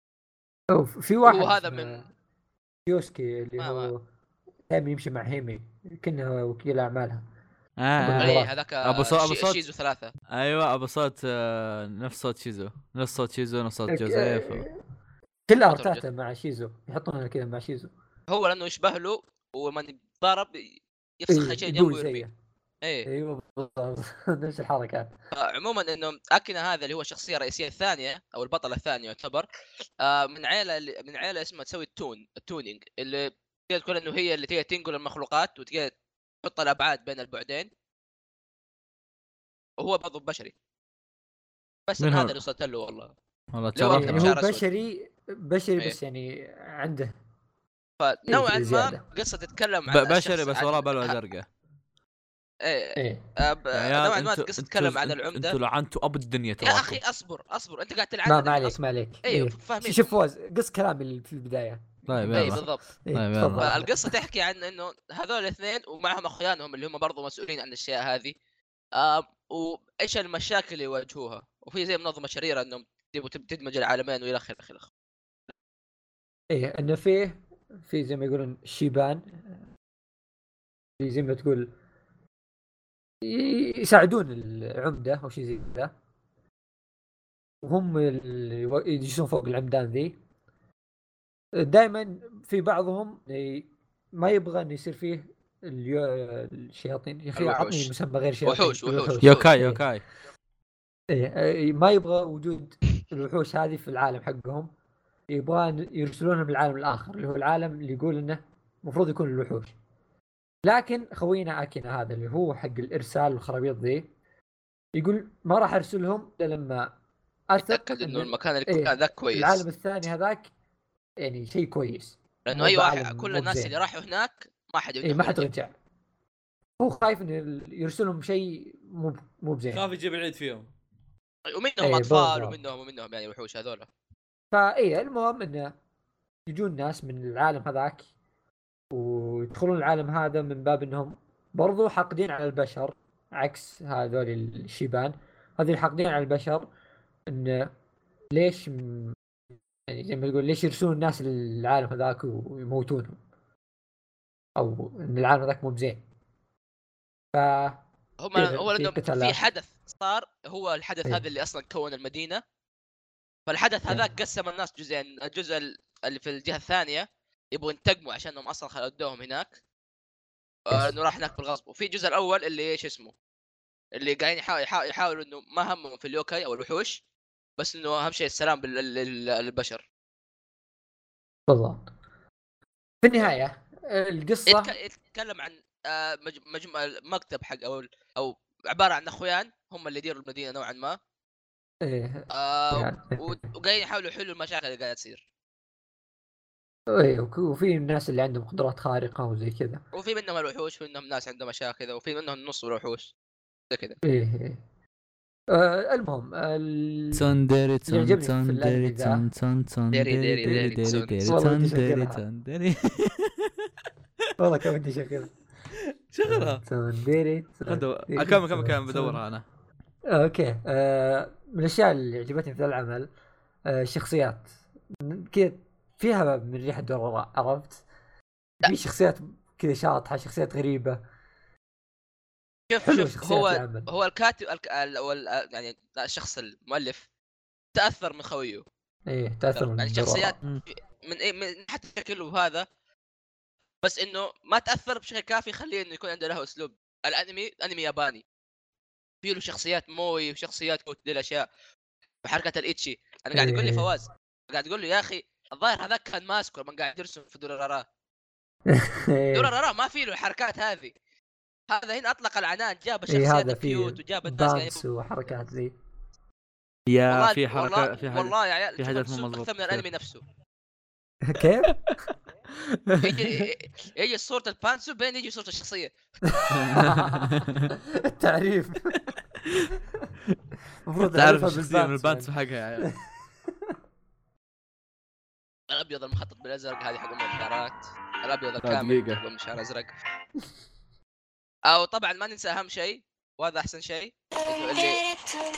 في واحد هو هذا من يوسكي اللي هو دائما يمشي مع هيمي كأنه وكيل اعمالها. ايه هذاك ابو صوت شيزو 3. ايوه ابو صوت نفس صوت شيزو، نفس صوت شيزو، نفس صوت جوزيف كل ارتاته مع شيزو يحطونها كذا مع شيزو. هو لانه يشبه له ومن ضرب يفسخ شيء جنبه ويرمي. ايوه بالضبط نفس الحركات. عموما انه اكينا هذا اللي هو الشخصيه الرئيسيه الثانيه او البطله الثانيه يعتبر من عائله اسمها تسوي التونينج، اللي تقدر تقول انه هي اللي تنقل المخلوقات وتقدر تحط الابعاد بين البعدين، وهو برضه بشري. بس هذا اللي وصلت له والله هو بشري بس يعني عنده فنوعا ما قصه تتكلم عن بشري بس وراه بلوه زرقاء. نوعا ما قصه تتكلم عن العمده. انتوا لعنتوا ابو الدنيا يا اخي اصبر انت قاعد تلعب. ما عليك ايوه فاهمين. شوف فوز قص كلامي اللي في البدايه. طيب اي بالضبط. طيب القصه تحكي عن انه هذول الاثنين ومعهم اخوانهم اللي هم برضو مسؤولين عن الاشياء هذه، وايش المشاكل اللي يواجهوها، وفي زي منظمه شريره انهم تبغوا تدمج العالمين والى اخره. ايه انه في زي ما يقولون شيبان زي ما تقول يساعدون العمده او شيء زي ذا، وهم اللي يجلسون فوق العمدان ذي. دائما في بعضهم ما يبغى انه يصير فيه الشياطين. يا اخي عطني مسمى غير شياطين. وحوش يوكاي. إيه ما يبغى وجود الوحوش هذه في العالم حقهم، يبغى يرسلونهم للعالم الاخر اللي هو العالم اللي يقول انه المفروض يكون الوحوش. لكن خوينا اكينا هذا اللي هو حق الارسال والخرابيط ذي يقول ما راح ارسلهم الا لما اتاكد انه المكان اللي يكون ذاك كويس. العالم الثاني هذاك يعني شيء كويس، لانه اي واحد كل الناس اللي راحوا هناك ما حد ما حد رجع. هو خايف انه يرسلهم شيء مو بزين، خاف يجيب العيد فيهم، ومنهم اطفال ومنهم يعني وحوش هذول. فايه المهم انه يجون ناس من العالم هذاك ويدخلون العالم هذا من باب انهم برضو حاقدين على البشر، عكس هذول الشيبان. هذول حاقدين على البشر انه ليش يعني زي ما تقول ليش يرسلون الناس للعالم هذاك ويموتونهم، او ان العالم هذاك مو بزين. هو لانه في حدث صار، هو الحدث هذا اللي اصلا كون المدينه. فالحدث هذاك قسم الناس جزئين، الجزء اللي في الجهه الثانيه يبغوا ينتقموا عشانهم اصلا خلدوهم هناك، انه راح هناك بالغصب. وفي الجزء الاول اللي ايش اسمه، اللي قاعدين يحاولوا انه ما همهم في اليوكاي او الوحوش، بس انه اهم شيء السلام للبشر. بالضبط. في النهايه القصه يتكلم عن مكتب حق او عباره عن اخوان هم اللي يديروا المدينه نوعا ما. وقاعدين يحاولوا يحلوا المشاكل اللي قاعده تصير. وفي الناس اللي عندهم قدرات خارقه وزي كذا، وفي منهم الوحوش، وفي منهم ناس عندهم اشياء كذا، وفي منهم نص الوحوش زي كذا. المهم تسندري اللي عجبني في الأنمي ذا تسندري والله كم بدي شغلها شغلها تسندري كم بدورها انا. اوكي من الاشياء اللي عجبتني في العمل الشخصيات كذا فيها من ريحه دور، عرفت؟ في شخصيات كذا شاطحه، شخصيات غريبه. شوف هو الكاتب يعني الشخص المؤلف تاثر من خويه. ايه تاثر من يعني شخصيات من حتى شكله هذا، بس انه ما تاثر بشكل كافي يخليه انه يكون عنده له اسلوب. انمي ياباني فيه له شخصيات موي وشخصيات كوت دي الاشياء وحركه الاتشي. انا قاعد يقول لي فواز قاعد يقول له يا اخي الظاهر هذاك كان ماسكه من قاعد يرسم في دورارا دورارا ما فيه له الحركات هذه. هذا هنا اطلق العنان، جاب شخصيات كيوت وجاب الناس يعني وحركات زي يا في حركه في حاجه والله يا عيال في حاجات مو اكثر من الانمي نفسه. كيف يجي صورة البانسو بين يجي صورة الشخصية. التعريف المفروض تعرف الشخصية من البانسو حقها يا عيال. الابيض المخطط بالازرق هذه حق الشعرات، الابيض الكامل حق الشعر ازرق. او طبعا ما ننسى اهم شيء وهذا احسن شيء اللي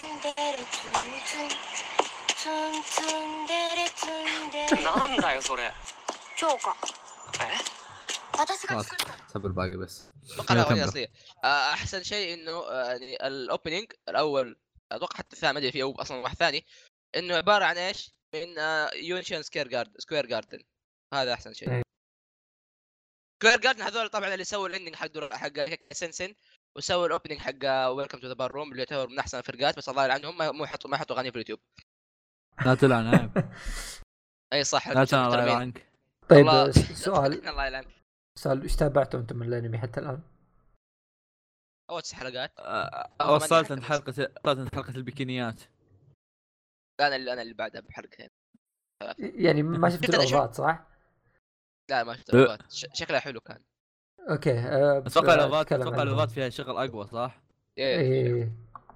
سب الباقي بس احسن شيء انه يعني الاوبننج الاول اتوقع حتى الثاني ما ادري فيه اصلا واحد ثاني، انه عباره عن ايش من يونشن سكوير جاردن. هذا احسن شيء. سكوير جاردن هذول طبعا اللي سووا الاندنج حق سنسن وسووا الاوبننج حق ويلكم تو ذا بار روم اللي يعتبر من احسن الفرقات، بس الظاهر عنهم ما يحطوا اغاني في اليوتيوب. لا تلعن عيب. اي صح لا تلعن الله يلعنك. طيب سؤال الله يلعنك. سؤال ايش تابعتوا انتم من الانمي حتى الان؟ اول 9 حلقات. وصلت عند حلقه البكينيات. انا اللي بعدها بحلقتين. يعني ما شفت الاوفات صح؟ لا ما شفت الاوفات. شكلها حلو كان. اوكي اتوقع الاوفات فيها شغل اقوى صح؟ ايه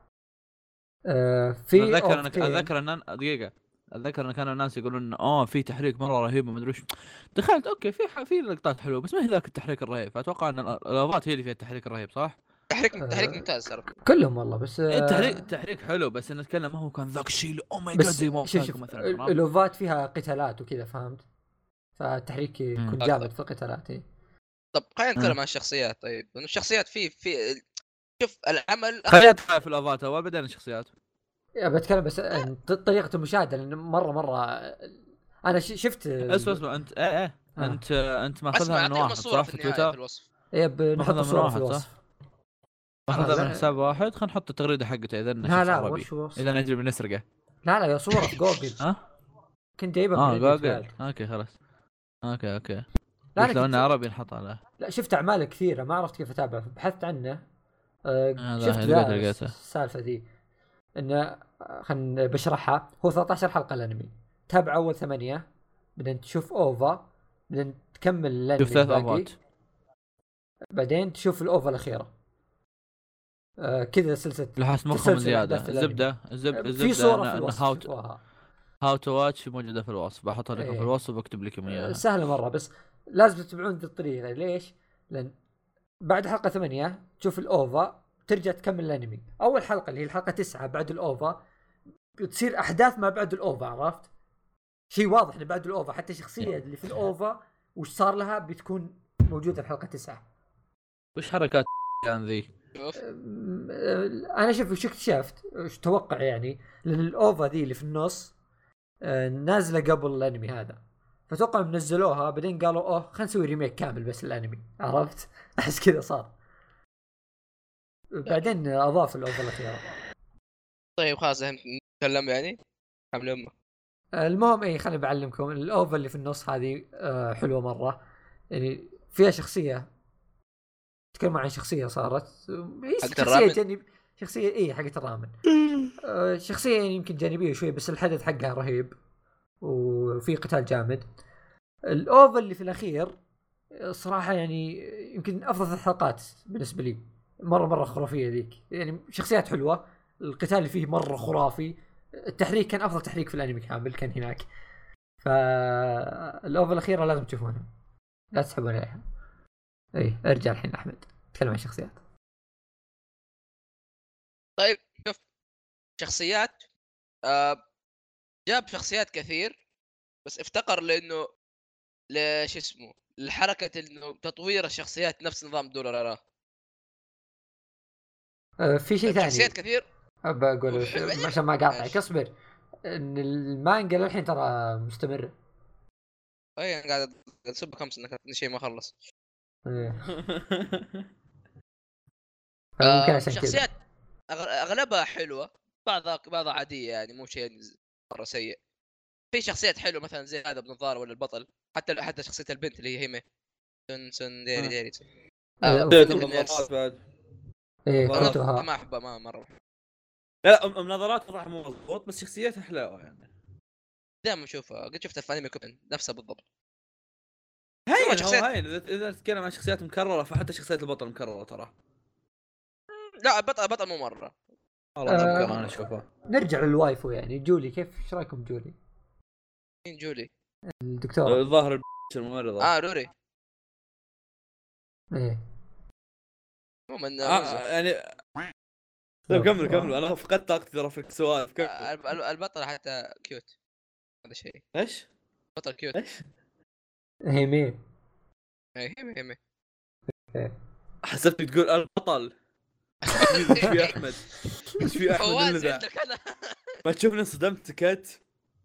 في اتذكر ان كانوا الناس يقولون في تحريك مره رهيب وما ادري ايش. دخلت اوكي في لقطات حلوه بس ما هي ذاك التحريك الرهيب. فاتوقع ان الاوفات هي اللي فيها التحريك الرهيب صح؟ تحريك ممتاز صراحه كلهم والله. بس التحريك حلو بس نتكلم ما هو كان ذاك الشيء او ماي جاد زي ما شوف مثلا الاوفات فيها قتالات وكذا فهمت، فالتحريك يكون جامد في القتالات. طب خلينا نتكلم عن الشخصيات. طيب لانه الشخصيات في شوف العمل خلينا في الاوفات اول بعدين الشخصيات. بتكلم بس طريقه المشاهده لان مره انا شفت اسمع انت انت ماخذها من واحد صح في تويتر؟ بنحط صوره في الوصف. ماخذها من حساب واحد. خلينا نحط التغريده حقته اذا لا اذا نجرب نسرقه. لا يا صوره في جوجل. كنت جايبها من جوجل. اوكي خلاص اوكي لا لو انه عربي نحط عليه. لا شفت اعمال كثيره ما عرفت كيف اتابع بحثت عنه. شفت السالفه ذي انه خلينا بشرحها. هو 13 حلقه الانمي. تابع اول 8 بعدين تشوف اوفا بعدين تكمل الانمي شوف 3 اوفات بعدين تشوف الاوفا الاخيره. كذا سلسله لحس مخهم زياده. الزبده في صوره في الوصف. هاو تو واتش موجوده في الوصف. بحطها لكم في الوصف وبكتب لكم اياها. سهله مره بس لازم تتبعون ذي الطريقه. ليش؟ لان بعد حلقه 8 تشوف الاوفا ترجع تكمل الانمي. اول حلقه اللي هي الحلقه 9 بعد الاوفا بتصير احداث ما بعد الاوفا. عرفت شيء واضح ان بعد الاوفا حتى الشخصيه اللي في الاوفا وش صار لها بتكون موجوده في حلقه 9. وش حركات كان ذي؟ انا شفت وش توقع يعني لان الاوفا ذي اللي في النص نازله قبل الانمي هذا فتوقع منزلوها بعدين قالوا خلينا نسوي ريميك كامل بس الانمي. عرفت احس كذا صار بعدين اضاف الاوفا الاخيره. طيب خلاص نتكلم يعني حمل امه. المهم خليني بعلمكم الاوفا اللي في النص هذه حلوه مره. يعني فيها شخصيه تكلم عن شخصيه صارت شخصيه حقت الرامن. شخصيه يعني يمكن جانبيه شوي بس الحدث حقها رهيب وفي قتال جامد. الاوفا اللي في الاخير صراحه يعني يمكن افضل الحلقات بالنسبه لي. مره خرافيه ذيك. يعني شخصيات حلوه القتال اللي فيه مره خرافي، التحريك كان افضل تحريك في الانمي كامل كان هناك. فالاوفا الاخيره لازم تشوفونها، لا تسحبون عليها. اي ارجع الحين احمد تكلم عن الشخصيات. طيب شوف شخصيات جاب شخصيات كثير بس افتقر لانه ليش اسمه الحركه انه تطوير الشخصيات نفس نظام دولار. في شيء ثاني شخصيات كثير بقول عشان ما قاطعك، ماشي. اصبر. ان المانجا للحين ترى مستمره. اي انا قاعد اسب خمس انك شيء ما خلص. إيه. فممكن عشان كذا شخصيات اغلبها حلوه، بعضها عاديه يعني مو شيء مره سيء. في شخصيات حلوه مثلا زي هذا بنظاره ولا البطل، حتى شخصيه البنت اللي هي هيمه سن ديري نظارات بعد. ايه ما كنتها احبها ما مره. لا نظارات صراحه مو مضبوط بس شخصيتها حلاوه يعني. دائما اشوفها قد شفتها في انمي كوبن نفسها بالضبط. هاي شخصيات- هو هاي اذا تتكلم عن شخصيات مكرره فحتى شخصيه البطل مكرره ترى. لا بطل مو مره. والله ممكن انا اشوفها. نرجع للوايفو يعني جولي، كيف ايش رايكم جولي مين جولي؟ الدكتوره؟ الظاهر الممرضه. روري ايه مو من يعني طيب كمل انا فقدت طاقتي ترى في السوالف. البطل حتى كيوت هذا شيء. ايش بطل كيوت. ايش هي مين؟ هيمه حسبت تقول البطل. ايش في احمد؟ ايش في احمد فواز اللي ذا؟ عندك انا ما تشوفني انصدمت كت.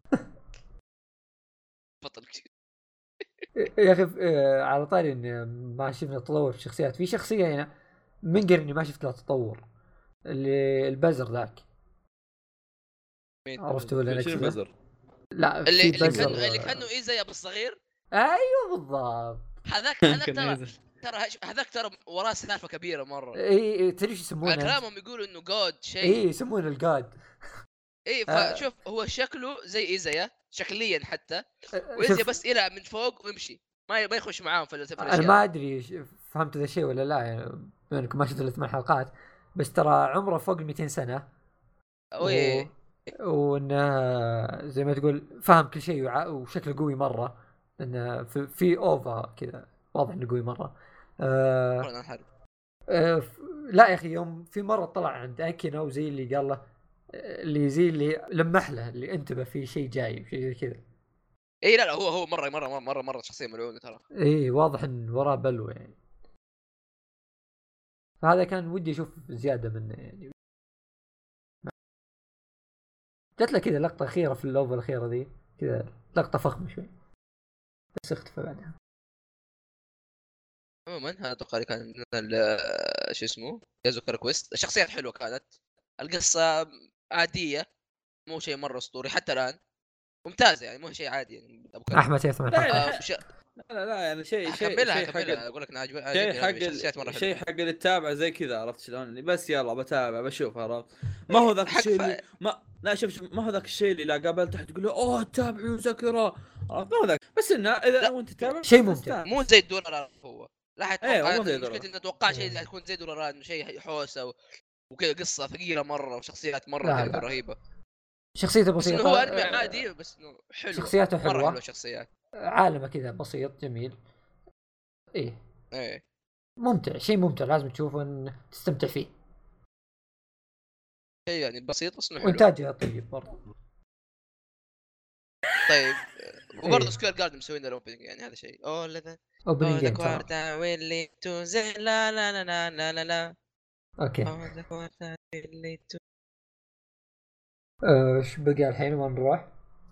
بطل كيوت. يا اخي على طاري ان ما شفنا تطور في الشخصيات، في شخصيه هنا من قرن اني ما شفت لها تطور، اللي البزر ذاك مين؟ عرفته ولا شنو نكسه؟ بزر؟ لا اللي في اللي بزر اللي كانه ايزاي ابو الصغير. ايوه بالضبط. هذاك هذاك ترى وراه سالفه كبيره مره. اي تدري ايش على يسمونه؟ كلامهم يقولوا انه جود شيء. اي يسمونه الجاد. اي فشوف هو شكله زي ايزايا شكليا حتى، شوف، وايزايا بس يلعب من فوق ويمشي ما يخش معاهم في انا الاشياء. ما ادري فهمت ذا الشيء ولا لا يعني، بما انكم ما شفتوا الثمان حلقات، بس ترى عمره فوق 200 سنه وانه زي ما تقول فاهم كل شيء وشكله قوي مره، انه في اوفا كذا واضح انه قوي مره. لا يا اخي يوم في مره طلع عند اكينا وزي اللي قال له اللي زي اللي لمح له اللي انتبه في شيء جاي شيء زي كذا. اي لا هو مره شخصيه ملعونه ترى. اي واضح ان وراه بلوه يعني، فهذا كان ودي اشوف زياده منه يعني. جت له كذا لقطه اخيره في اللوفه الاخيره ذي كذا لقطه فخمه شوي بس اختفى بعدها. عموما هذا اتوقع كان شو اسمه يازوكا كويست. الشخصيات حلوه كانت، القصه عاديه مو شيء مره اسطوري حتى الان، ممتازه يعني مو شيء عادي يعني. احمد شايف ثمان حلقات؟ لا يعني شيء كملها اقول لك شيء حق شيء حق اللي تتابع زي كذا عرفت شلون؟ بس يلا بتابع بشوف عرفت. ما هو ذاك الشيء اللي ما شوف ما هو ذاك الشيء اللي لا قابلت تحت تقول له اوه تابعوا ذاكره عرفت. ما هو ذاك بس انه اذا وانت تتابع شيء ممتع مو زي الدولار. هو لا حتوقع مشكلة انت تتوقع شيء يكون زي دولارات انه شيء حوسه وكذا قصه ثقيله مره وشخصيات مره رهيبه. شخصيته بسيطه، هو انمي عادي بس انه حلو، شخصياته حلوه مره حلوه شخصيات، عالمه كذا بسيط جميل. ايه ممتع، شيء ممتع لازم تشوفه تستمتع فيه. شيء يعني بسيط بس انه حلو وانتاجه طيب برضه. طيب وبرضه سكوير جارد مسوين الاوبننج يعني هذا شيء ذا اوبننج جيم كوارتا ويلي تو زي لا لا لا لا لا لا اوكي. ذا كوارتا ويلي تو ايش بقى الحين وين نروح؟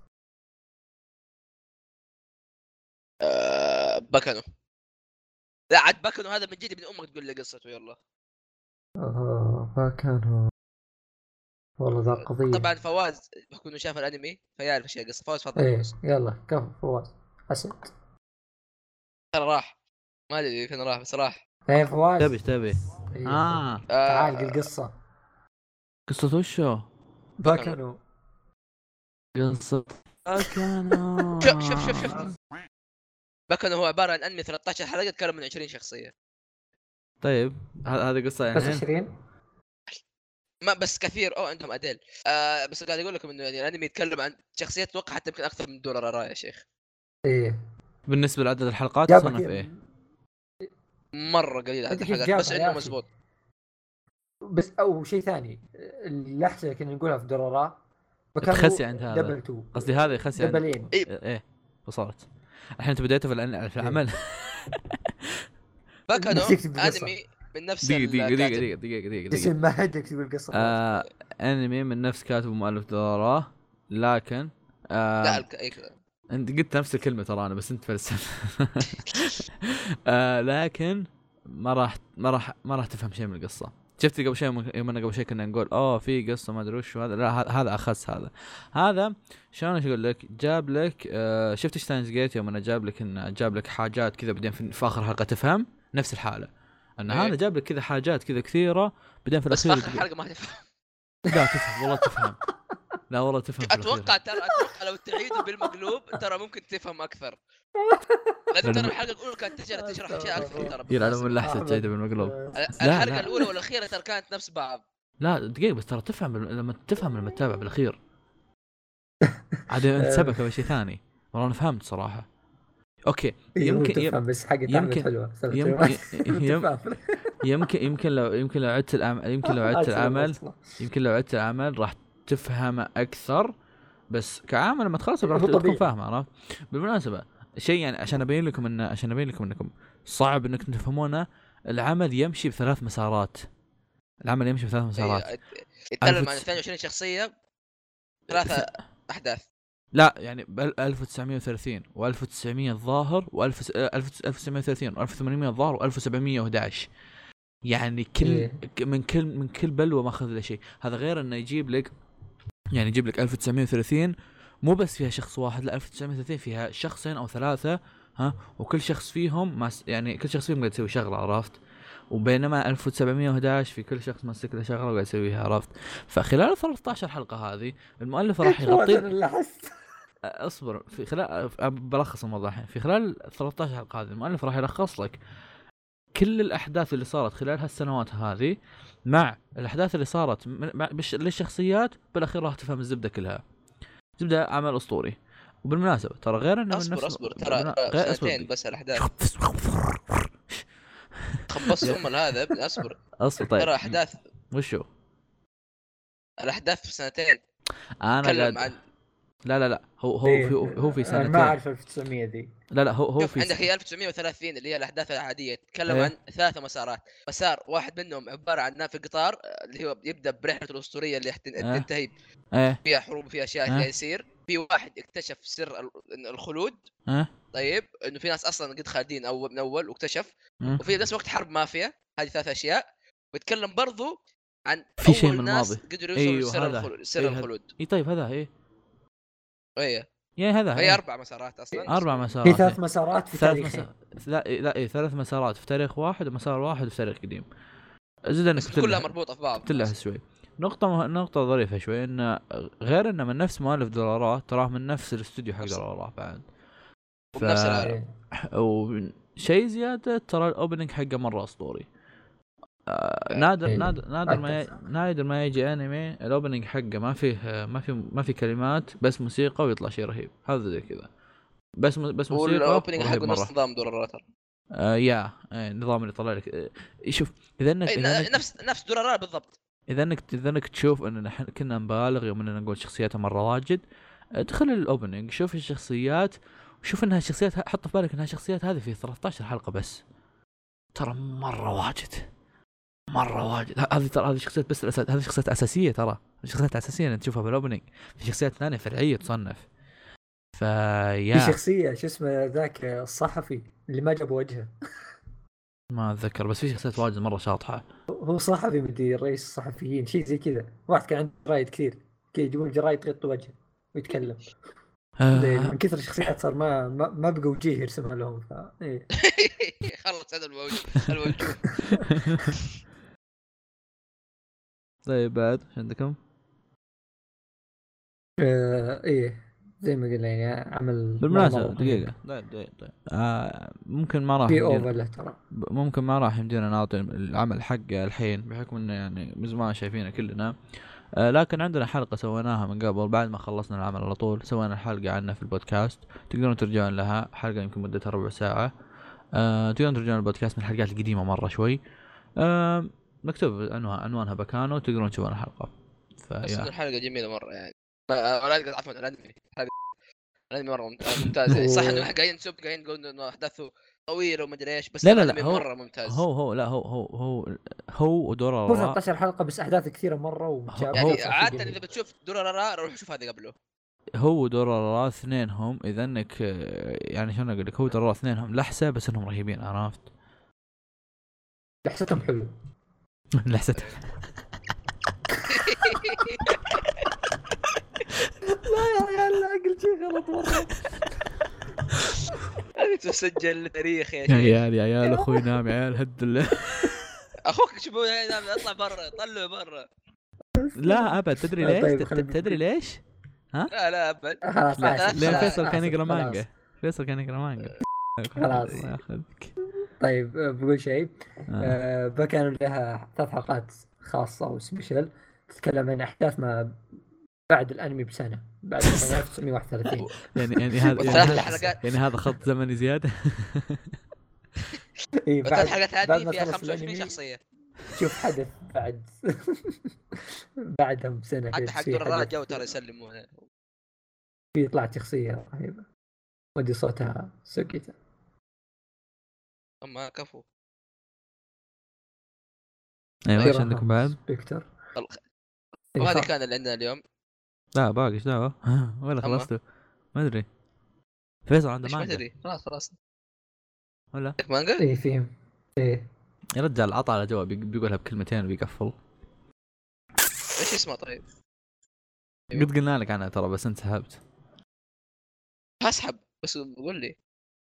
باكانو. لا عاد باكانو هذا من جدي من امك تقول لي قصته يلا. باكانو والله ذا قضية. طبعا فواز بكون شاف الانمي فيعرف ايش القصه. فواز تفضل. ايه يلا كفو فواز. اسد ترى راح ما ادري فين راح بس راح. ايه فواز تبي إيه. تعال قل قصة. قصة وشو؟ باكانو قصة باكانو. شوف باكانو هو عبارة عن انمي 13 حلقة تكلم من 20 شخصية. طيب هذه قصة يعني بس 20 ما بس كثير عندهم اديل. بس قاعد اقول لكم انه يعني الانمي يتكلم عن شخصيات توقع حتى يمكن اكثر من دولار يا شيخ. ايه بالنسبه لعدد الحلقات جابك تصنف ايه؟ مره قليل انت هذه كيف الحلقات بس جابها يا انه أخي؟ مزبوط. بس او شيء ثاني، اللحظه اللي كنا نقولها في درارة تخسي عند هذا دبل 2 قصدي، هذا يخسي عند دبلين. ايه وصلت الحين انت بديته في العمل. فكانوا نسيت تكتب القصة. انمي من نفس دقيقة الكاتب. تسمع ما هدك تقول قصه. انمي من نفس كاتب ومؤلف دورة، لكن لا انت قلت نفس الكلمة ترى انا بس انت فلسفة. لكن ما راح تفهم شيء من القصة. شفت قبل شيء يوم قبل شيء كنا نقول في قصة ما ادري وش هذا، لا هذا اخس. هذا شلون ايش اقول لك، جاب لك شفت شتاينز جيت يوم انا جاب لك حاجات كذا بعدين في اخر حلقة تفهم نفس الحالة. ان هذا جاب لك كذا حاجات كذا كثيرة بعدين في بس الاخير في اخر حلقة ما تفهم. لا تفهم والله تفهم. لا والله تفهم. اتوقع لو تعيده بالمقلوب ترى ممكن تفهم اكثر. لأن ترى الحلقة الأولى كانت تشرح أشياء أكثر ترى. يلعنون من لحظة جيدة بالمقلوب. الحلقة الأولى والأخيرة ترى كانت نفس بعض. لا دقيقة بس ترى تفهم لما تتابع بالأخير. عاد انت سبك ولا شيء ثاني. والله أنا فهمت صراحة. أوكي يمكن بس حاجة تعمل حلوة. يمكن لو عدت العمل راح تفهم أكثر. بس كعامل لما تخلص راح تكون فاهم. عرفت؟ بالمناسبة شيء يعني عشان أبين لكم إنكم صعب إنكم تفهمونه. العمل يمشي بثلاث مسارات. يتكلم عن 22 شخصية 3 أحداث. لا يعني ب 1930 و1900 الظاهر و1930 و1800 الظاهر و1711. يعني كل من كل بلوة ما أخذ له شيء. هذا غير إنه يجيب لك 1930 مو بس فيها شخص واحد، لا 1930 فيها شخصين أو ثلاثة وكل شخص فيهم كل شخص فيهم قاعد يسوي شغلة. عرفت؟ وبينما 1711 في كل شخص ماسك له شغله وقاعد يسويها. عرفت؟ فخلال 13 حلقه هذه المؤلف راح يغطي اصبر في خلال بلخص الموضوع الحين. في خلال 13 حلقه هذه المؤلف راح يلخص لك كل الاحداث اللي صارت خلال هالسنوات هذه مع الاحداث اللي صارت للشخصيات. بالاخير راح تفهم الزبده كلها. زبده عمل اسطوري. وبالمناسبه ترى غير انه اصبر ترى سنتين بس الاحداث خبصت هذا ابن اصبر طيب ترى احداث وشو الاحداث في سنتين. انا قاعد عن... لا هو في سنتين. ما اعرف 1900 ذي. لا هو في عندك هي 1930 اللي هي الاحداث العاديه. تتكلم عن 3 مسارات. مسار واحد منهم عباره عن في قطار اللي هو يبدا برحله الاسطوريه اللي تنتهي فيها حروب وفيها اشياء يصير. في واحد اكتشف سر الخلود. طيب انه في ناس اصلا قد خالدين من اول واكتشف. وفي نفس الوقت حرب مافيا. هذه 3 اشياء. بيتكلم برضو عن في شيء من ناس الماضي قدروا يوصلوا سر الخلود. طيب هذا هي 4 مسارات اصلا. 4 مسارات. هي 3 مسارات في تاريخ. لا 3 مسارات في تاريخ واحد ومسار واحد في تاريخ قديم. زين انك كلها مربوطه في بعض. تلها شوي. نقطة ظريفة شوي إن غير إنه من نفس مؤلف دولارات تراه من نفس الاستوديو حق دولارات بعد. ونفس العالم. وشيء زيادة ترى الأوبننج حقه مرة أسطوري. نادر ما يجي انمي الاوبننج حقه ما في كلمات بس موسيقى ويطلع شيء رهيب. هذا زي كذا بس موسيقى. الاوبننج حقه نفس نظام دورارات. النظام اللي طلع لك. شوف اذا انك نفس دورارات بالضبط. اذا انك تشوف اننا كنا نبالغ يوم اننا نقول شخصياتها مره واجد. ادخل الاوبننج شوف الشخصيات وشوف انها شخصيات. حط في بالك انها شخصيات هذه في 13 حلقه بس. ترى مره واجد. هذه شخصيات بس هذه شخصيات اساسيه. ترى شخصيات اساسيه انت تشوفها بالاوبننج. في شخصيات ثانيه فرعيه تصنف. في شخصيه شو اسمه ذاك الصحفي اللي ما جاب وجهه ما اتذكر. بس في شخصيات واجد مره شاطحه. هو صحفي مدري رئيس الصحفيين شيء زي كذا. واحد كان عنده جرايد كثير يجيبون جرايد يغطوا وجهه ويتكلم. من كثر الشخصيات صار ما بقى وجيه يرسمها لهم. خلص هذا الموجود. طيب بعد عندكم؟ ايه زي ما قلنا يعني عمل بالمناسبة مرة دقيقة طيب ممكن ما راح في يمدينا اوفر له ترى. ممكن ما راح يمدينا نعطي العمل حقه الحين بحكم انه يعني من زمان شايفينه كلنا. لكن عندنا حلقة سويناها من قبل بعد ما خلصنا العمل على طول، سوينا الحلقة عنه في البودكاست، تقدرون ترجعون لها، حلقة يمكن مدتها ربع ساعة. تقدرون ترجعون البودكاست من الحلقات القديمة مرة شوي. مكتوب عنوانها بكانو، تقدرون تشوفون الحلقة. بس إنه الحلقة جميلة مرة يعني. ولا عفوا الأنمي مرة ممتاز يعني. صح إنه إحنا قاعدين نقول إنه أحداثه طويلة وما أدري إيش، بس لا الأنمي هو مرة ممتاز. هو ودورارارا هو 13 حلقة بس احداث كثيرة مرة ومتشابهة. يعني وصار شيء عادة جميل. إذا بتشوف دورارارا روح شوف هذا قبله. هو ودورارارا اثنينهم، اذا انك يعني شلون اقول لك، هو ودورارارا اثنينهم لحسة بس انهم رهيبين، عرفت؟ لحستهم حلو. لحسة لا يا عيال قلت شيء غلط مرة. هذه تسجل تاريخ يا يا شيخ. عيال يا عيال اخوي نام يا عيال هد أخوك شوفوا اطلع برا، طلعوا برا. لا ابد. تدري ليش؟ طيب، خلينا تدري ليش؟ لا أبد. خلاص لين فيصل كان آسف، يقرا خلاص. مانجا. فيصل كان يقرا مانجا. خلاص. الله ياخذك. طيب بقول شيء. آه. بكانوا لها 3 حلقات خاصة وسبيشل تتكلم عن أحداث ما بعد الأنمي بسنة، بعد 1931. يعني هذا والثلاث حلقات يعني هذا خط زمني زيادة. إيه والثلاث حلقات بعد هذه ما فيها خلص 25 الأنمي شخصية. تشوف حدث بعد بعدهم بسنة حتى كذا حق تصير دورارارا حدث. جو ترى يسلمونه. في طلعت شخصية رهيبة ودي صوتها سوكيتا. أما كفو. ايوه ايش جراهام عندكم بعد؟ سبيكتر. وهذه كان اللي عندنا اليوم. لا باقي ايش دعوة. ولا أما. خلصتوا؟ ما ادري. فيصل عنده ايش ما مانجا تدري. خلاص ولا؟ عندك مانجا؟ ايه فيهم. ايه يا رجال عطى على جواب بيقولها بكلمتين وبيقفل. ايش اسمه طيب؟ قد قلنا لك عنها ترى بس انت سحبت. هسحب بس قول لي.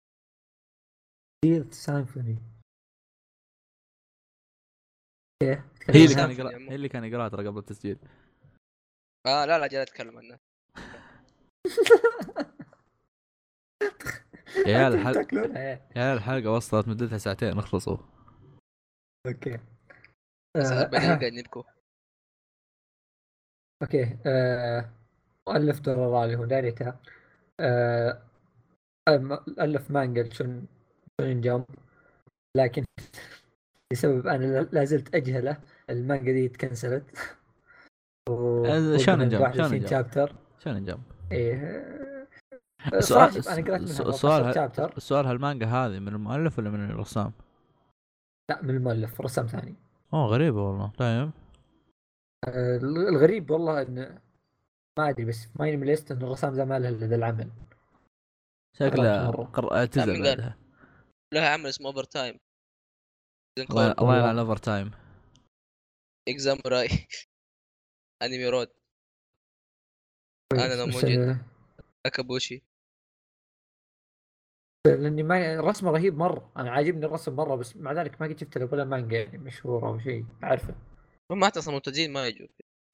ستيل سايمفوني. ايه هي اللي كان كان يقرأ- يقرا هي اللي كان يقراها ترى قبل التسجيل. لا جاي اتكلم عنه. يا عيال تاكلونها ايه. يا عيال الحلقة وصلت مدتها ساعتين اخلصوا. اوكي. بس بعدين قاعد نبكو. اوكي. مؤلف دورارا اللي هو ناريتا. ألف مانجا شون جمب، لكن لسبب أنا لا زلت أجهله المانجا دي تكنسلت. شونن جمب 21 شابتر. شونن جمب. إيه صراحة أنا قرأت منها 14 شابتر. السؤال هالمانجا هذه من المؤلف ولا من الرسام؟ لا من المؤلف، رسام ثاني. غريبة والله. طيب الغريب والله إن ما أدري بس في ماين ليست إن الرسام ذا ما له إلا ذا العمل. شكله اعتزل لا، بعدها. لها عمل اسمه اوفر تايم. الله يلعن اوفر تايم. اكزام راي. انمي رود. انا موجود. اكابوشي. لاني ما رسمه رهيب مره، انا عاجبني الرسم مره، بس مع ذلك ما قد شفت له ولا مانجا يعني مشهوره او شيء اعرفه. ما اتصل منتجين ما يجوا.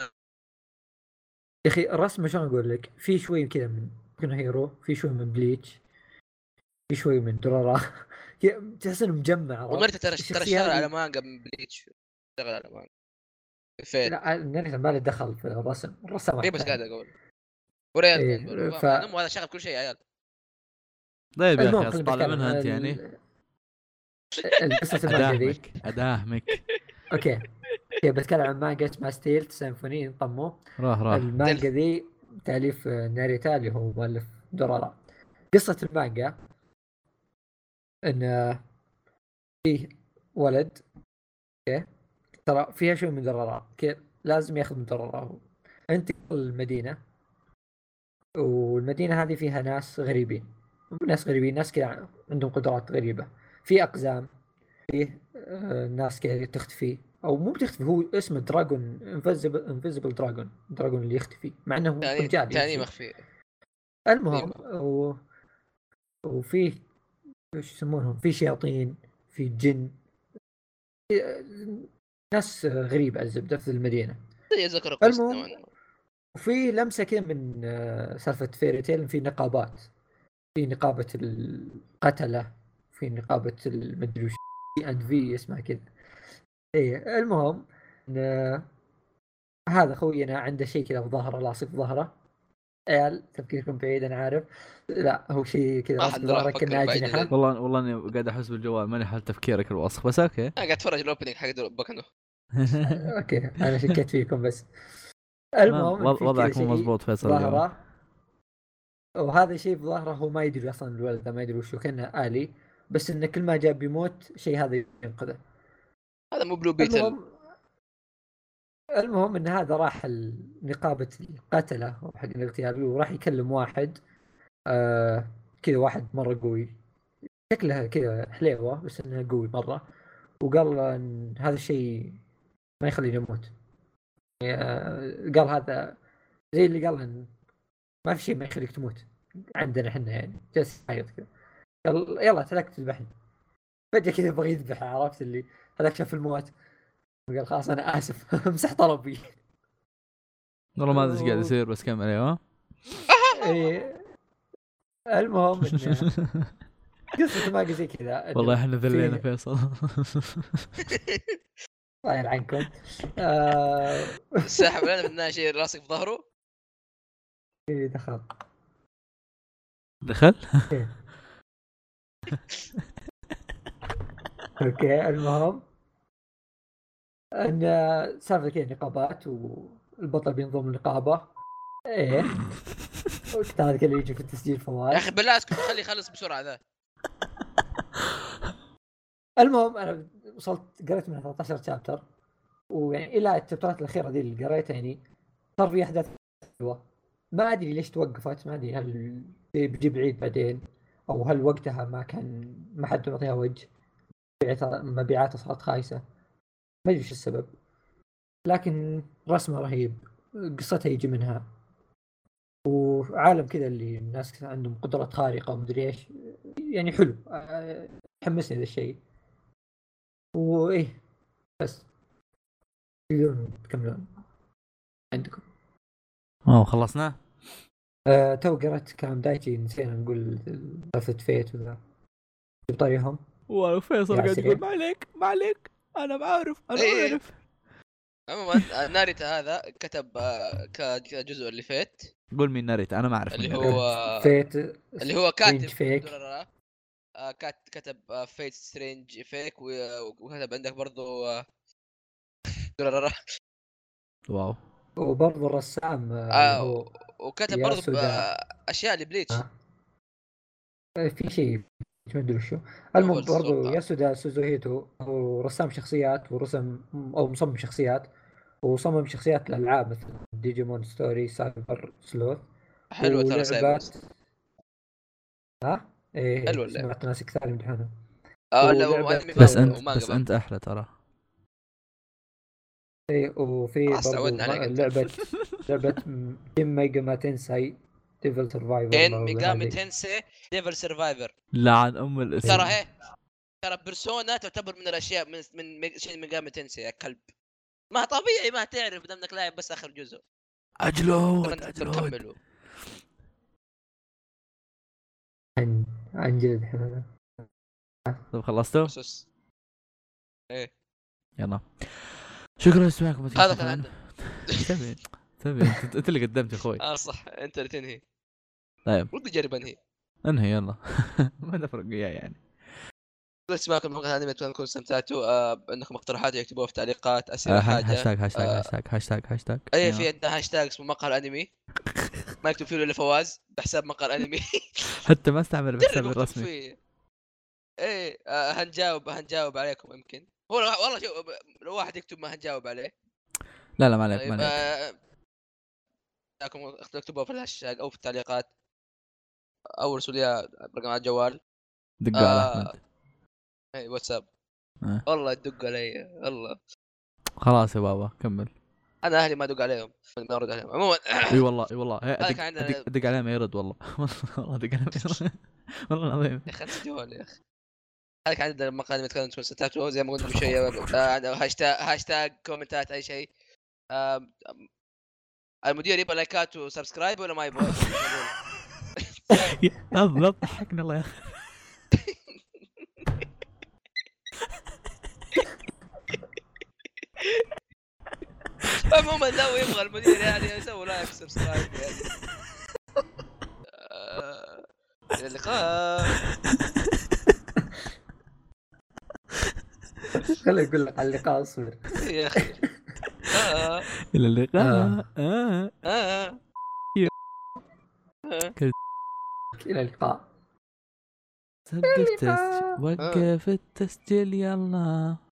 يا اخي الرسم شلون اقول لك، في شوي كذا من كنا هيرو، في شوي من بليتش، في شوي من درارا. تحس انه مجمع. ومرت ترى اشتغل على مانجا من بليتش. اشتغل على مانجا فين؟ لا نريتا ما له دخل في الرسم، الرسام ايه بس قاعد اقول وريال هذا شغل كل شيء يا عيال. طيب يا اخي طالع منها انت يعني القصة المانجا دي اداهمك. اوكي بتكلم عن مانجا اسمها ستيل سيمفوني انطموا. راح المانجا دي تاليف ناريتا اللي هو مؤلف دورارا. قصة المانجا ان فيه ولد اوكي ترى فيها شوي من درارات كيف لازم ياخذ من درارات. انت المدينة والمدينة هذه فيها ناس غريبين، ناس كذا عندهم قدرات غريبة، في أقزام، فيه ناس كذا تختفي او مو بتختفي، هو اسمه دراجون انفيزبل دراجون اللي يختفي مع انه رجال ثاني مخفي. المهم وفيه ايش يسمونهم، في شياطين، في جن، ناس غريبة الزبدة في المدينة. ذكر قصة. وفي لمسه كذا من سالفه فيري تيل، في نقابات، في نقابه القتله، في نقابه المدري وش في اسمها كذا. ايه المهم هذا خوينا عنده شيء كذا بظهره، لاصق بظهره. عيال تفكيركم بعيد انا عارف، لا هو شيء كذا لاصق أحد راح بظهره أفكر كأنه بعيد أجنحة. لين- والله اني قاعد احس بالجوال، ماني حال تفكيرك الوصف، بس اوكي. انا قاعد اتفرج الاوبننج حق بوكانو. اوكي انا شكيت فيكم بس. المهم إن في كذا وضعك مو شيء مزبوط فيصل اليوم. ظهره، وهذا الشيء بظهره هو ما يدري اصلا الولد ده ما يدري وشو، كانه آلي، بس انه كل ما جاء بيموت شيء هذا ينقذه. هذا مو بلو بيتل. المهم ان هذا راح نقابة القتلة أو حق الاغتيال، وراح يكلم واحد كذا، واحد مرة قوي، شكلها كذا حليوة بس انه قوي مرة، وقال له ان هذا الشيء ما يخليني اموت. قال هذا زي اللي قال ان ما في شيء ما يخليك تموت عندنا احنا، يعني جالس يعيط كذا. قال يلا تلاك تذبحني. فجأة كذا بغى يذبح، عرفت اللي هذاك شاف الموت وقال خلاص انا اسف امسح طلبي. والله ما ادري ايش قاعد يصير، بس كمل. ايوه. إيه، المهم انه قصة ما زي كذا. والله احنا ذلينا فيصل. الله يلعنكم. ساحب لنا منها شيء راسك في ظهره. إيه دخل. اوكي المهم ان سالفه كذا نقابات، والبطل بينضم النقابه. ايه وقت هذا اللي يجي في التسجيل يا فواز. اخي بالله اسكت، خلي يخلص بسرعه ذا. المهم انا وصلت قريت من 13 شابتر، ويعني الى الشابترات الاخيره دي اللي قريتها يعني صار في احداث حلوه. ما ادري ليش توقفت، ما ادري هل بيجيب عيد بعدين، او هل وقتها ما حد معطيها وجه، مبيعاتها صارت خايسه، ما ادري ايش السبب. لكن رسمه رهيب، قصتها يجي منها، وعالم كذا اللي الناس عندهم قدرات خارقه ومدري ايش، يعني حلو. حمسني ذا الشيء. وايه بس تقدرون تكملون عندكم. خلصنا. تو قرأت كلام دايتي، نسينا نقول سالفة فيت وذا بطريقهم. وفيصل قاعد يقول ما عليك انا بعرف اعرف. عموما ناريتا هذا كتب كجزء اللي فات. قول مين ناريتا، انا ما اعرف اللي مين هو فيت اللي هو كاتب فيك. كتب فيت سترينج فيك، وكتب عندك برضو واو. وبرضه الرسام اللي هو وكتب برضو ياسودا. اشياء لبليتش. في شيء ما ادري وشو. المهم برضو ياسودا سوزوهيتو هو رسام شخصيات ورسم او مصمم شخصيات، وصمم شخصيات الالعاب مثل ديجيمون ستوري، سايبر سلوث. حلوه ترى سايبر. ايه حلوه سمعت ناس كثير يمدحونها. بس انت احلى ترى. ايه وفي برضو لعبة جيم ميجا تنساي ديفل سرفايفر. ميجامي تنسي ديفل سرفايفر. لعن ام الاسم. ترى بيرسونا تعتبر من الاشياء من شيء ميجامي تنسي يا كلب. ما طبيعي ما تعرف دامك لاعب بس اخر جزء. اجلود عن جد حماده. طيب خلصتوا؟ ايه يلا شكرا لاستماعكم. هذا كان عندنا. تبي انت اللي قدمت يا اخوي. صح انت اللي تنهي. طيب ودي اجرب انهي يلا. ما نفرق وياي يعني. اسمعكم المقطع هذا تكونوا استمتعتوا. عندكم اقتراحات يكتبوها في تعليقات، اسئله حاجه هاشتاج اي في عندنا هاشتاج اسمه مقهى الانمي. ما يكتب فيه الا فواز بحساب مقهى الانمي. حتى ما استعمل بحساب الرسمي. ايه هنجاوب عليكم يمكن. هو والله شوف لو واحد يكتب ما هنجاوب عليه. لا ما عليك طيب ما عليك. اكتبوها في الهاشتاج او في التعليقات او ارسلوا لي رقم الجوال. دقوا على احمد. اي واتساب. والله تدق علي والله. خلاص يا بابا كمل. انا اهلي ما ادق عليهم ما ارد عليهم عموما. اي والله ادق عليه ما يرد والله. والله ادق عليه ما يرد والله العظيم. يا اخي تسجلون يا اخي. هذاك عندنا مقال متكلم تكون ستاتو زي ما قلت بشويه. هاشتاج كومنتات اي شيء. المدير يبغى لايكات وسبسكرايب ولا ما يبغى؟ لا ضحكنا الله يا اخي. عموما لو يبغى المدير يعني يسوي لايك سبسكرايب يعني. الى اللقاء. خليني اقول لك على اللقاء، اصبر يا اخي الى اللقاء. الى اللقاء. وقف التسجيل يلا.